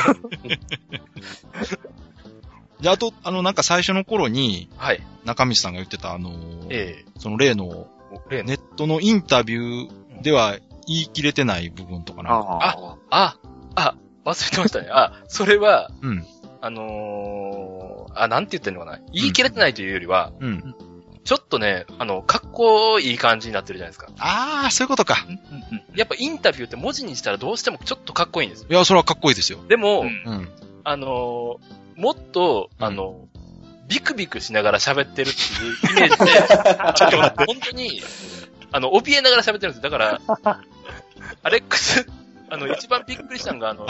で、あと、最初の頃に、中道さんが言ってた、その例の、ネットのインタビューでは言い切れてない部分とかな。 忘れてましたね。それは、なんて言ってんのかな。言い切れてないというよりは、ちょっとね、かっこいい感じになってるじゃないですか。 そういうことか。 やっぱインタビューって文字にしたらどうしてもちょっかっこいいんですよ。 いや、それはかっこいいですよ。 でも、もっと、ビクビクしながら喋ってるっていうイメージで、本当に、怯えながら喋ってるんですよ。だから、アレックス、一番びっくりしたのが、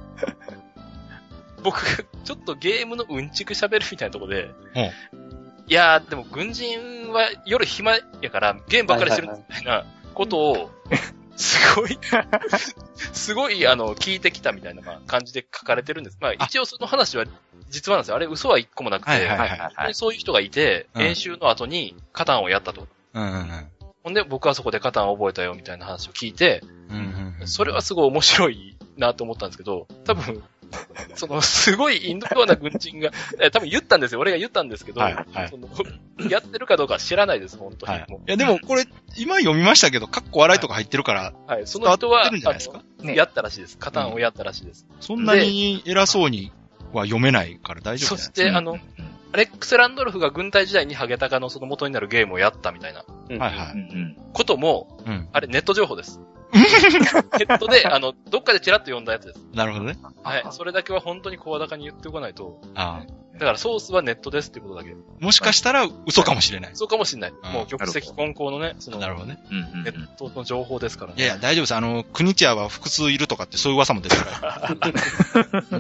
僕、ちょっとゲームのうんちく喋るみたいなところで、いやー、でも軍人は夜暇やからゲームばっかりしてるみたいなことを、すごい、聞いてきたみたいな感じで書かれてるんです。一応その話は実話なんですよ。あれ嘘は一個もなくて、そういう人がいて、演習の後にカタンをやったと。ほんで僕はそこでカタンを覚えたよみたいな話を聞いて、それはすごい面白いなと思ったんですけど、多分、すごいインドような軍人が、多分言ったんですよ。俺が言ったんですけど、やってるかどうか知らないです、本当に。いや、でもこれ、今読みましたけど、かっこ笑いとか入ってるから、 その人は、やったらしいです。カタンをやったらしいです。 そんなに偉そうには読めないから大丈夫です。 そして、アレックス・ランドルフが軍隊時代にハゲタカのその元になるゲームをやったみたいな。ことも、あれネット情報です。ネットで、どっかでチラッと読んだやつです。 なるほどね。 はい。それだけは本当に声高に言っておかないと。だからソースはネットですってことだけ。 もしかしたら嘘かもしれない。 嘘かもしれない。もう玉石混交のね、 なるほどね。 ネットの情報ですからね。 いや、大丈夫です。クニチアは複数いるとかってそういう噂も出てるから。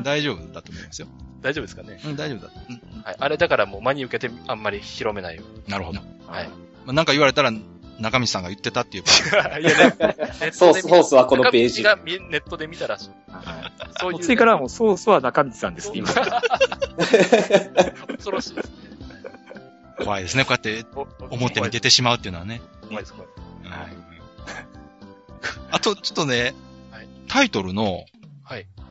大丈夫だと思いますよ。 大丈夫ですかね。 大丈夫だ。 はい。あれだからもう真に受けてあんまり広めないように。 なるほど。 はい。 なんか言われたら、中道さんが言ってたっていう。 いやね、ソースはこのページ。 中道がネットで見たらしい。 そういう。次からはもうソースは中道さんですって言います。 恐ろしいですね。 怖いですね。こうやって表に出てしまうっていうのはね。 怖いです、怖い。 あと、ちょっとね、タイトルの、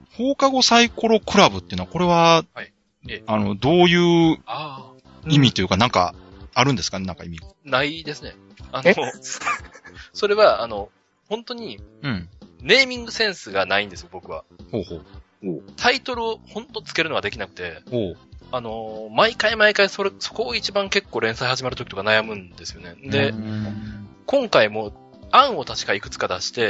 放課後サイコロクラブっていうのは、これは、はい、どういう意味というか、なんか、あるんですかね、なんか意味。 ないですね。それは、本当に、ネーミングセンスがないんですよ、僕は。 ほうほう。 タイトルを本当つけるのができなくて、毎回そこを一番結構連載始まる時とか悩むんですよね。で、今回も案を確かいくつか出して、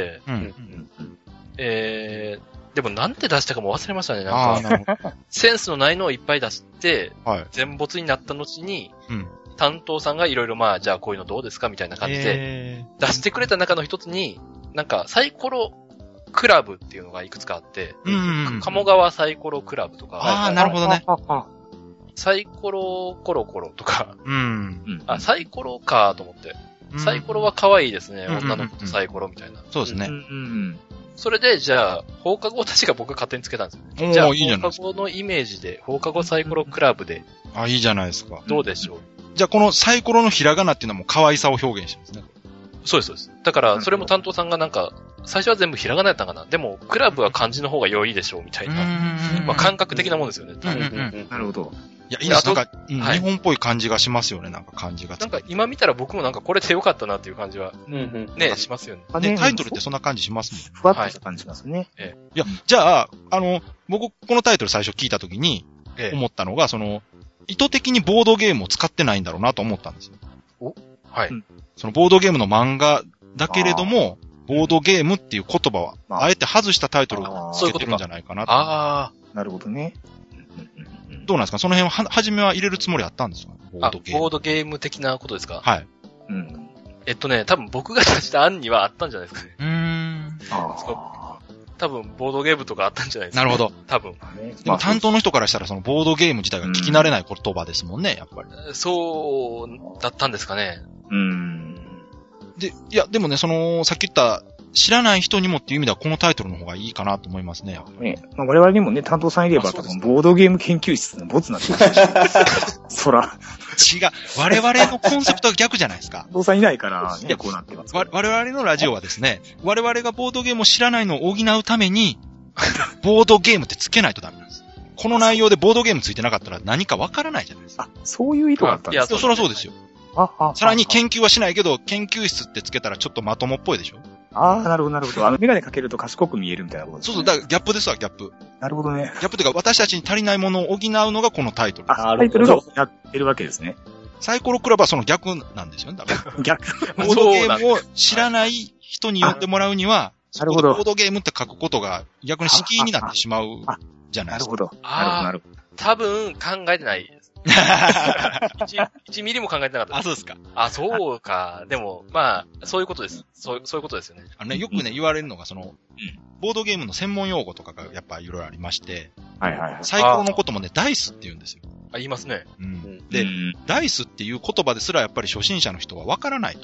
でもなんて出したかも忘れましたね。なんか、センスのないのをいっぱい出して、全没になった後に、担当さんがいろいろじゃあこういうのどうですかみたいな感じで、出してくれた中の一つに、なんかサイコロクラブっていうのがいくつかあって、鴨川サイコロクラブとか、 なるほどね。 サイコロコロコロとか、サイコロかと思って。サイコロは可愛いですね。女の子とサイコロみたいな。 そうですね。 それで、じゃあ、放課後確か僕が勝手につけたんですよね。じゃあ、放課後のイメージで、放課後サイコロクラブで。 いいじゃないですか。 どうでしょう。 じゃあ、このサイコロのひらがなっていうのはもう可愛さを表現してますね。 そうです、そうです。だから、それも担当さんがなんか、最初は全部ひらがなやったんかな。でも、クラブは漢字の方が良いでしょう、みたいな。感覚的なもんですよね。 なるほど。 いや、いいです。なんか、日本っぽい感じがしますよね、なんか漢字が。 なんか今見たら僕もなんかこれで良かったなっていう感じは、ね、しますよね。 タイトルってそんな感じしますもん。 ふわっとした感じしますね。 いや、じゃあ、僕、このタイトル最初聞いたときに、思ったのが、意図的にボードゲームを使ってないんだろうなと思ったんですよ。 はい。 そのボードゲームの漫画だけれども、ボードゲームっていう言葉は、あえて外したタイトルをつけてるんじゃないかなと。 なるほどね。 どうなんですかその辺は、初めは入れるつもりあったんですかボードゲーム的なことですかはい。 多分僕が出した案にはあったんじゃないですかね。多分、ボードゲームとかあったんじゃないですか、 なるほど。 多分。 でも担当の人からしたら、そのボードゲーム自体が聞き慣れない言葉ですもんね、やっぱり。 そうだったんですかね。 で、いや、でもね、さっき言った、知らない人にもっていう意味では、このタイトルの方がいいかなと思いますね。 我々にもね、担当さんいれば、多分、ボードゲーム研究室のボツになってる。そら。 違う。我々のコンセプトは逆じゃないですか。 担当さんいないからね、こうなってます。 我々のラジオはですね、我々がボードゲームを知らないのを補うために、ボードゲームってつけないとダメなんです。この内容でボードゲームついてなかったら何かわからないじゃないですか。 そういう意図があったんですか。 いや、そりゃそうですよ。さらに研究はしないけど、研究室ってつけたらちょっとまともっぽいでしょ。 なるほど、なるほど。メガネかけると賢く見えるみたいなことですね。 そう、だからギャップですわ、ギャップ。 なるほどね。 ギャップっていうか、私たちに足りないものを補うのがこのタイトルです。 タイトルがやってるわけですね。 サイコロクラブはその逆なんですよね、だから。 逆。 ボードゲームを知らない人に読んでもらうには、 なるほど。 ボードゲームって書くことが逆に敷居になってしまうじゃないですか。 なるほど。なるほど。 多分考えてないです。1ミリも考えてなかったです。 そうですか。 そうか。でも、そういうことです。そういうことですよね。 よくね、言われるのが、ボードゲームの専門用語とかがやっぱいろいろありまして、サイコロのこともね、ダイスって言うんですよ。 言いますね。 で、ダイスっていう言葉ですらやっぱり初心者の人はわからないと。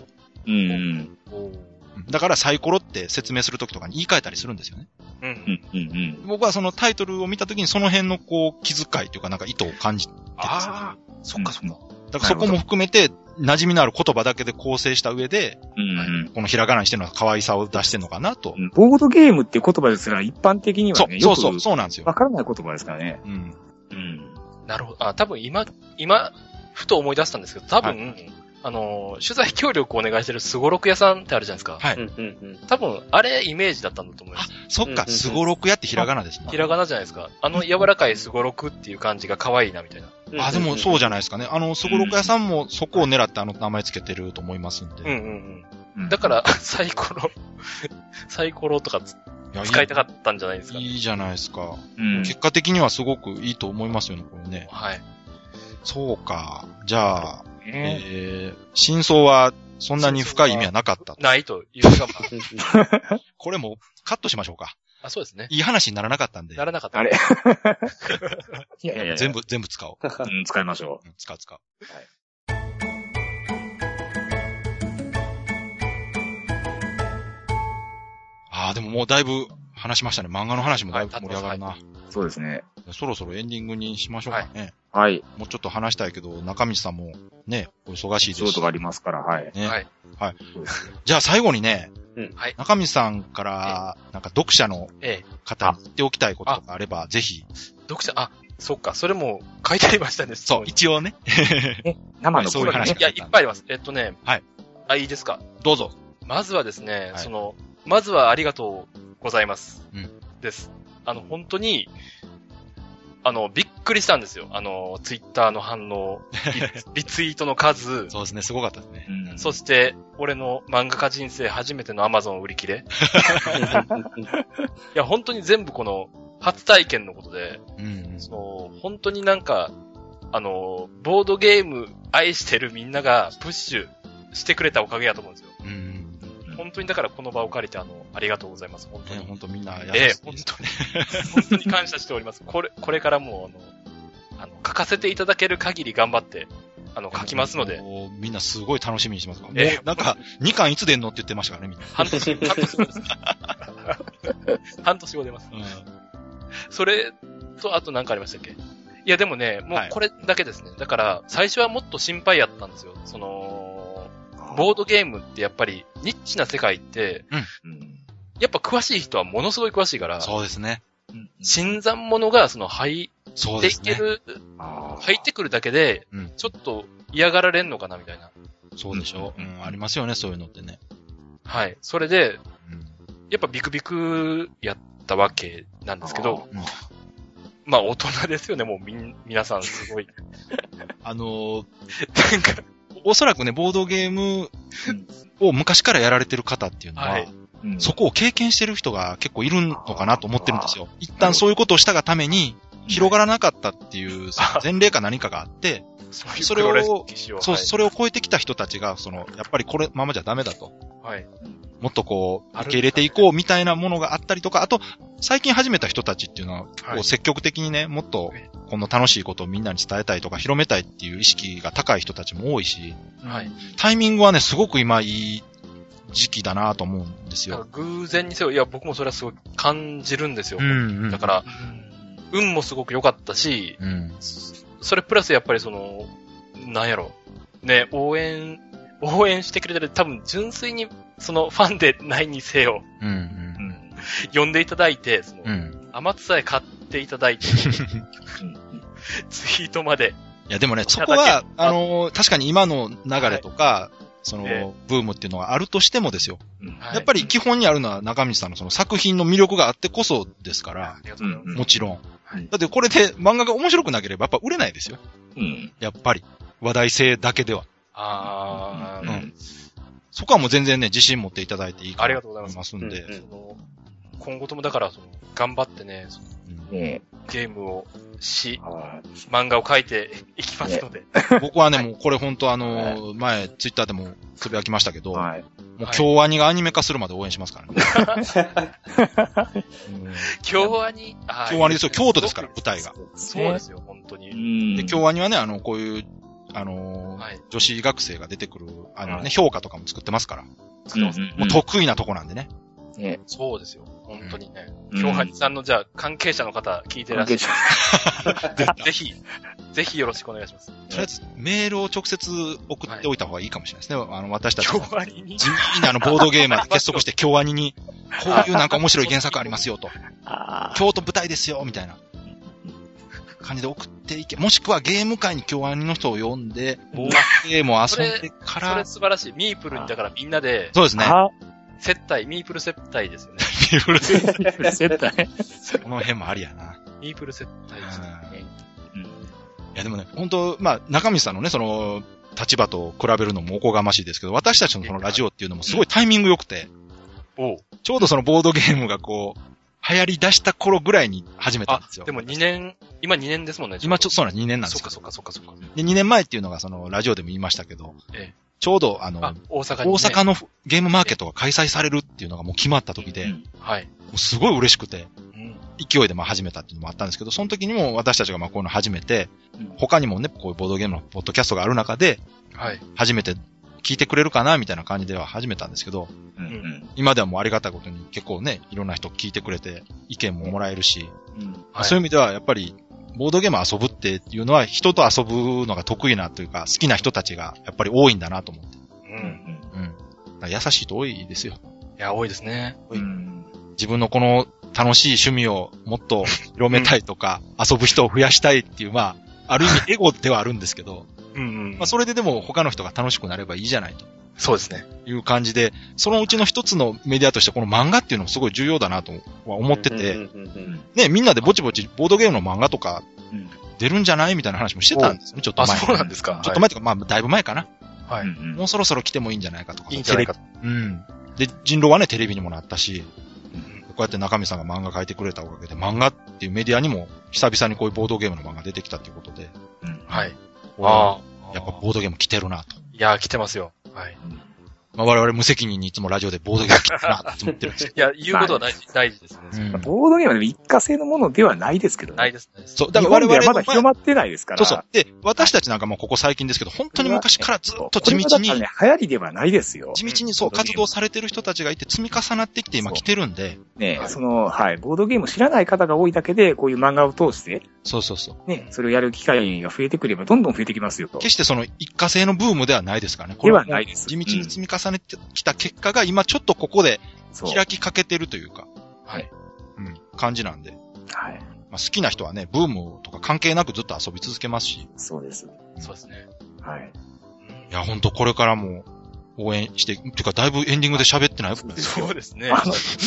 だからサイコロって説明するときとかに言い換えたりするんですよね。僕はそのタイトルを見たときにその辺の気遣いというかなんか意図を感じてですね。 そっかそっか。 だからそこも含めて馴染みのある言葉だけで構成した上で、このひらがなにしてるのは可愛さを出してるのかなと。 ボードゲームっていう言葉ですら一般的にはね、 そうなんですよ。 わからない言葉ですからね。 なるほど。多分今、ふと思い出したんですけど、多分、取材協力をお願いしてるスゴロク屋さんってあるじゃないですか。 はい。 多分、あれイメージだったんだと思います。 そっか、スゴロク屋ってひらがなですね。 ひらがなじゃないですか。柔らかいスゴロクっていう感じが可愛いな、みたいな。 でもそうじゃないですかね。スゴロク屋さんもそこを狙って名前つけてると思いますんで。 だから、サイコロとか使いたかったんじゃないですか。 いいじゃないですか。結果的にはすごくいいと思いますよね、これね。 はい。 そうか。じゃあ、真相はそんなに深い意味はなかった。 ないというか、 これもカットしましょうか。 そうですね。 いい話にならなかったんで。 ならなかった。 あれいや。 全部使おう。 使いましょう。 使う。でももうだいぶ話しましたね。漫画の話もだいぶ盛り上がるな。 そうですね。 そろそろエンディングにしましょうかね。 はい。 もうちょっと話したいけど、中道さんもね、お忙しいですし。 仕事がありますから、はい。 ね。はい。じゃあ最後にね、中道さんから、なんか読者の方に言っておきたいことがあれば、ぜひ。 そっか、それも書いてありましたね。 そう、一応ね。 生のそういう話。 いや、いっぱいあります。 はい。 いいですか。 どうぞ。 まずはですね、まずはありがとうございます。です。本当に、びっくりしたんですよ。ツイッターの反応、リツイートの数。 そうですね、すごかったですね。 そして、俺の漫画家人生初めての Amazon 売り切れ。いや、本当に全部この、初体験のことで、本当になんか、ボードゲーム愛してるみんながプッシュしてくれたおかげやと思うんですよ。本当にだからこの場を借りてありがとうございます。本当に。 本当みんな優しい。 本当に感謝しております。これからも書かせていただける限り頑張って、書きますので。 みんなすごい楽しみにしますから。なんか、2巻いつ出んのって言ってましたからね、みんな。 半年後です。半年後出ます。それと、あと何かありましたっけ？いや、でもね、もうこれだけですね。だから、最初はもっと心配やったんですよ。ボードゲームってやっぱり、ニッチな世界って、やっぱ詳しい人はものすごい詳しいから、 そうですね。 新参者が入っていける、入ってくるだけで、ちょっと嫌がられんのかなみたいな。 そうでしょ。ありますよね、そういうのってね。 はい。それで、やっぱビクビクやったわけなんですけど、まあ大人ですよね、もう皆さんすごい。なんか、 おそらくね、ボードゲームを昔からやられてる方っていうのは、そこを経験してる人が結構いるのかなと思ってるんですよ。一旦そういうことをしたがために、広がらなかったっていう、前例か何かがあって、それを超えてきた人たちが、やっぱりこれままじゃダメだと。もっと受け入れていこうみたいなものがあったりとか、あと、最近始めた人たちっていうのは、積極的にね、もっと、この楽しいことをみんなに伝えたいとか、広めたいっていう意識が高い人たちも多いし、タイミングはね、すごく今いい時期だなと思うんですよ。 偶然にせよ、いや、僕もそれはすごい感じるんですよ。だから、運もすごく良かったし、それプラスやっぱりなんやろ、ね、応援してくれてる、多分純粋に、ファンでないにせよ、呼んでいただいて、天津さえ買っていただいて、ツイートまで。 いや、でもね、そこは、確かに今の流れとか、ブームっていうのがあるとしてもですよ。やっぱり基本にあるのは中道さんの作品の魅力があってこそですから、もちろん。だってこれで漫画が面白くなければやっぱ売れないですよ。やっぱり。話題性だけでは。そこはもう全然ね、自信持っていただいていいかなと思いますんで。 今後ともだから、頑張ってね、ゲームを漫画を描いていきますので。 僕はね、もうこれ本当前、ツイッターでもつぶやきましたけど、もう京アニがアニメ化するまで応援しますからね。 京アニですよ、京都ですから、舞台が。 そうですよ、本当に。 で、京アニはね、こういう、女子学生が出てくる、評価とかも作ってますから。もう得意なとこなんでね。 そうですよ。本当にね。京アニさんのじゃあ関係者の方聞いてらっしゃる。ぜひよろしくお願いします。 とりあえずメールを直接送っておいた方がいいかもしれないですね。私たち。 京アニに地味なボードゲーマーで結束して京アニに、こういうなんか面白い原作ありますよと。京都舞台ですよ、みたいな感じで送っていけ。もしくはゲーム界に京アニの人を呼んで、ボードゲームを遊んでから。 それ素晴らしい。ミープルにだからみんなで。 そうですね。 接待、ミープル接待ですよね。 ミープル接待この辺もありやな。 ミープル接待ですね。 いやでもね、本当中道さんのね、立場と比べるのもおこがましいですけど、私たちのラジオっていうのもすごいタイミング良くて、ちょうどボードゲームが流行り出した頃ぐらいに始めたんですよ。 でも今2年ですもんね。 今そうなん2年なんですよ。 そっか。 で、2年前っていうのがラジオでも言いましたけど、ちょうど大阪のゲームマーケットが開催されるっていうのがもう決まった時で、もうすごい嬉しくて、勢いで始めたっていうのもあったんですけど、その時にも私たちがこういうの始めて、他にもね、こういうボードゲームのポッドキャストがある中で、初めて聞いてくれるかなみたいな感じでは始めたんですけど、今ではもうありがたいことに結構ね、いろんな人聞いてくれて、意見ももらえるし、そういう意味ではやっぱり、ボードゲーム遊ぶっていうのは人と遊ぶのが得意なというか、好きな人たちがやっぱり多いんだなと思って。優しい人多いですよ。 いや、多いですね。 自分のこの楽しい趣味をもっと広めたいとか、遊ぶ人を増やしたいっていう、まあ、ある意味エゴではあるんですけど、まあ、それででも他の人が楽しくなればいいじゃないと。 そうですね。 いう感じで、そのうちの一つのメディアとしてこの漫画っていうのもすごい重要だなとは思ってて、ね、みんなでぼちぼちボードゲームの漫画とか出るんじゃないみたいな話もしてたんですよね、ちょっと前。 そうなんですか。 ちょっと前とか、まあ、だいぶ前かな。 はい。 もうそろそろ来てもいいんじゃないかとか。 いいんじゃないか。 で、人狼はね、テレビにもなったし、こうやって中身さんが漫画描いてくれたおかげで、漫画っていうメディアにも久々にこういうボードゲームの漫画出てきたということで。 はい。 やっぱボードゲーム来てるなと。 いやー、来てますよ。はい。 まあ、我々無責任にいつもラジオでボードゲーム来てるなって思ってるんですよ。 いや、言うことは大事ですね。 ボードゲームは一過性のものではないですけどね。 ないですね。 そう、だから我々はまだ広まってないですから。 そうそう。で、私たちなんかもここ最近ですけど、本当に昔からずっと地道に。 これは流行りではないですよ。 地道にそう、活動されてる人たちがいて積み重なってきて今来てるんで。 ね、ボードゲームを知らない方が多いだけで、こういう漫画を通して。 そうそうそう。 ね、それをやる機会が増えてくればどんどん増えてきますよと。 決してその一過性のブームではないですからね。 ではないです。 地道に積み重ねてきた結果が今ちょっとここで開きかけてるというか。 はい。 感じなんで。 はい。 まあ、好きな人はね、ブームとか関係なくずっと遊び続けますし。 そうです。 そうですね。 はい。 いや、ほんとこれからも応援して、っていうかだいぶエンディングで喋ってない？ そうですね。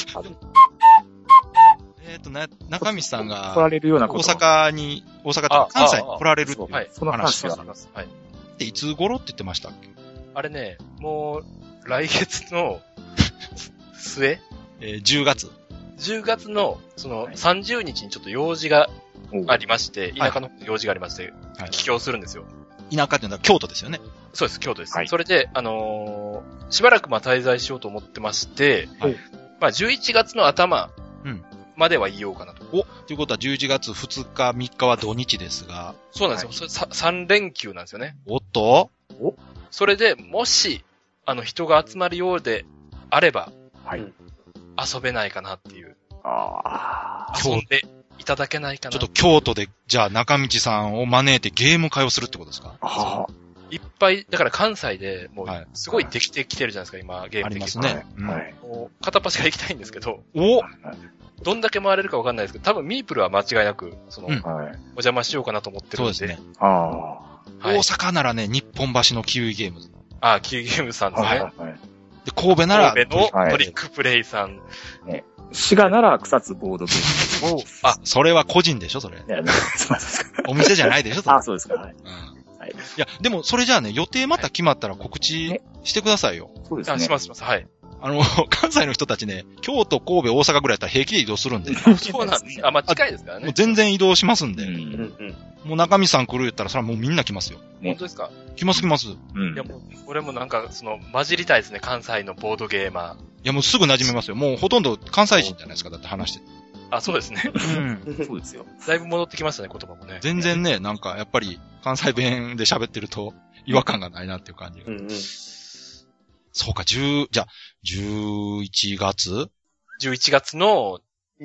中道さんが、 来られるようなこと。 大阪と関西に来られるっていう話。 その話は。 はい。で、いつ頃って言ってましたっけ？ あれね、もう、来月の末 10月。 10月の、30日にちょっと用事がありまして、田舎の用事がありまして、帰郷するんですよ。 田舎っていうのは京都ですよね。 そうです、京都です。それで、しばらく滞在しようと思ってまして、まあ、11月の頭までは言おうかなと。 ということは11月2日、3日は土日ですが。 そうなんですよ。3連休なんですよね。 おっと？ それで、もし、人が集まるようであれば、遊べないかなっていう。遊んでいただけないかな。 ちょっと京都で、じゃあ中道さんを招いてゲーム会をするってことですか？ いっぱい、だから関西でもう、すごいできてきてるじゃないですか、今、ゲームできて。 ありますね。 片っ端から行きたいんですけど。どんだけ回れるかわかんないですけど、多分ミープルは間違いなく、お邪魔しようかなと思ってるんで。 そうですね。大阪ならね、日本橋のキウイゲームズ。 キウイゲームズさんですね。 で、神戸なら、 神戸のトリックプレイさん。 滋賀なら草津ボードゲーム。 それは個人でしょ、それ。お店じゃないでしょ、それ。 そうですか。はい。 いや、でも、それじゃあね、予定また決まったら告知してくださいよ。 そうですね。 します。はい。 関西の人たちね、京都、神戸、大阪ぐらいだったら平気で移動するんで。 そうなんです。まあ、近いですからね。 もう全然移動しますんで。もう中身さん来る言ったら、それはもうみんな来ますよ。 本当ですか？ 来ます。いや、もう、俺もなんか、混じりたいですね、関西のボードゲーマー。 いや、もうすぐ馴染めますよ。もうほとんど関西人じゃないですか、だって話して。 そうですね。 そうですよ。 だいぶ戻ってきましたね、言葉もね。 全然ね、なんか、やっぱり、関西弁で喋ってると、違和感がないなっていう感じが。そうか、じゃあ、11月 ?11 月の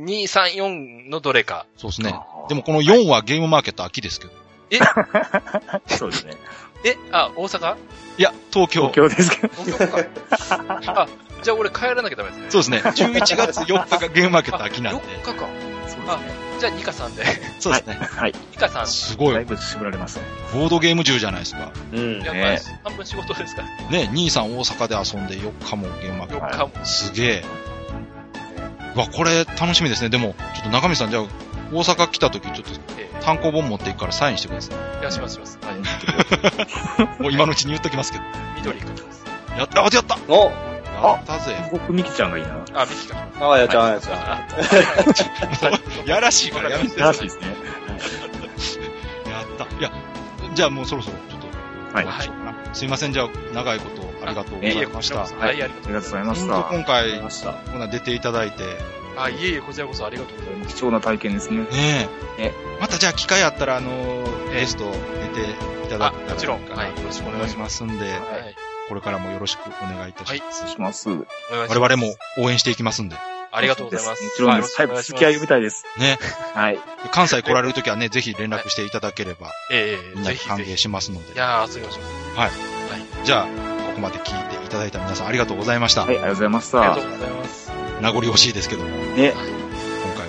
2、3、4のどれか。 そうですね。でもこの4はゲームマーケット秋ですけど。 そうですね。 大阪？ いや、東京。 東京ですけど。 東京か。じゃあ俺帰らなきゃダメですね。 そうですね。11月4日がゲームマーケット秋なんで。 4日か。じゃあ2か3で。 そうですね。 はい。 2か3。 すごい。 だいぶ絞られますね。 ボードゲーム中じゃないですか。 やっぱ半分仕事ですからね。兄さん大阪で遊んで4日もゲームマーケット。 4日も。 すげえ。これ楽しみですね。でも、ちょっと中身さん、じゃあ、大阪来た時、ちょっと、単行本持っていくからサインしてください。 いや、します。はい。 もう今のうちに言っときますけど。 緑書きます。 やったやったおやったぜ。 僕、ミキちゃんがいいな。 ミキ書きます。 やっちゃう。やらしいからやめて。 やらしいですね。 やった。いや、じゃあもうそろそろ、ちょっと、 はい。 すいません、じゃあ、長いことありがとうございました。 はい、ありがとうございました。 今回、こんな出ていただいて。 いえ、こちらこそありがとうございます。 貴重な体験ですね。 ねえ。またじゃあ機会あったら、ゲスト出ていただくもちろん、はい、よろしくお願いしますんで、これからもよろしくお願いいたします。 はい、失礼します。 我々も応援していきますんで。 ありがとうございます。 もちろんです。早く付き合いを見たいです。 ね。 はい。 関西来られるときはね、ぜひ連絡していただければ、みんな歓迎しますので。 いやー、遊びましょう。 はい。じゃあ、ここまで聞いていただいた皆さんありがとうございました。 はい、ありがとうございました。 ありがとうございます。 名残惜しいですけども。 ね。 今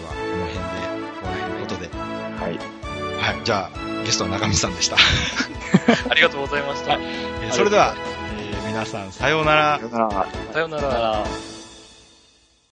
はい。はい。じゃあ、ゲストは中道さんでした。 ありがとうございました。 それでは、皆さん、さようなら。 さようなら。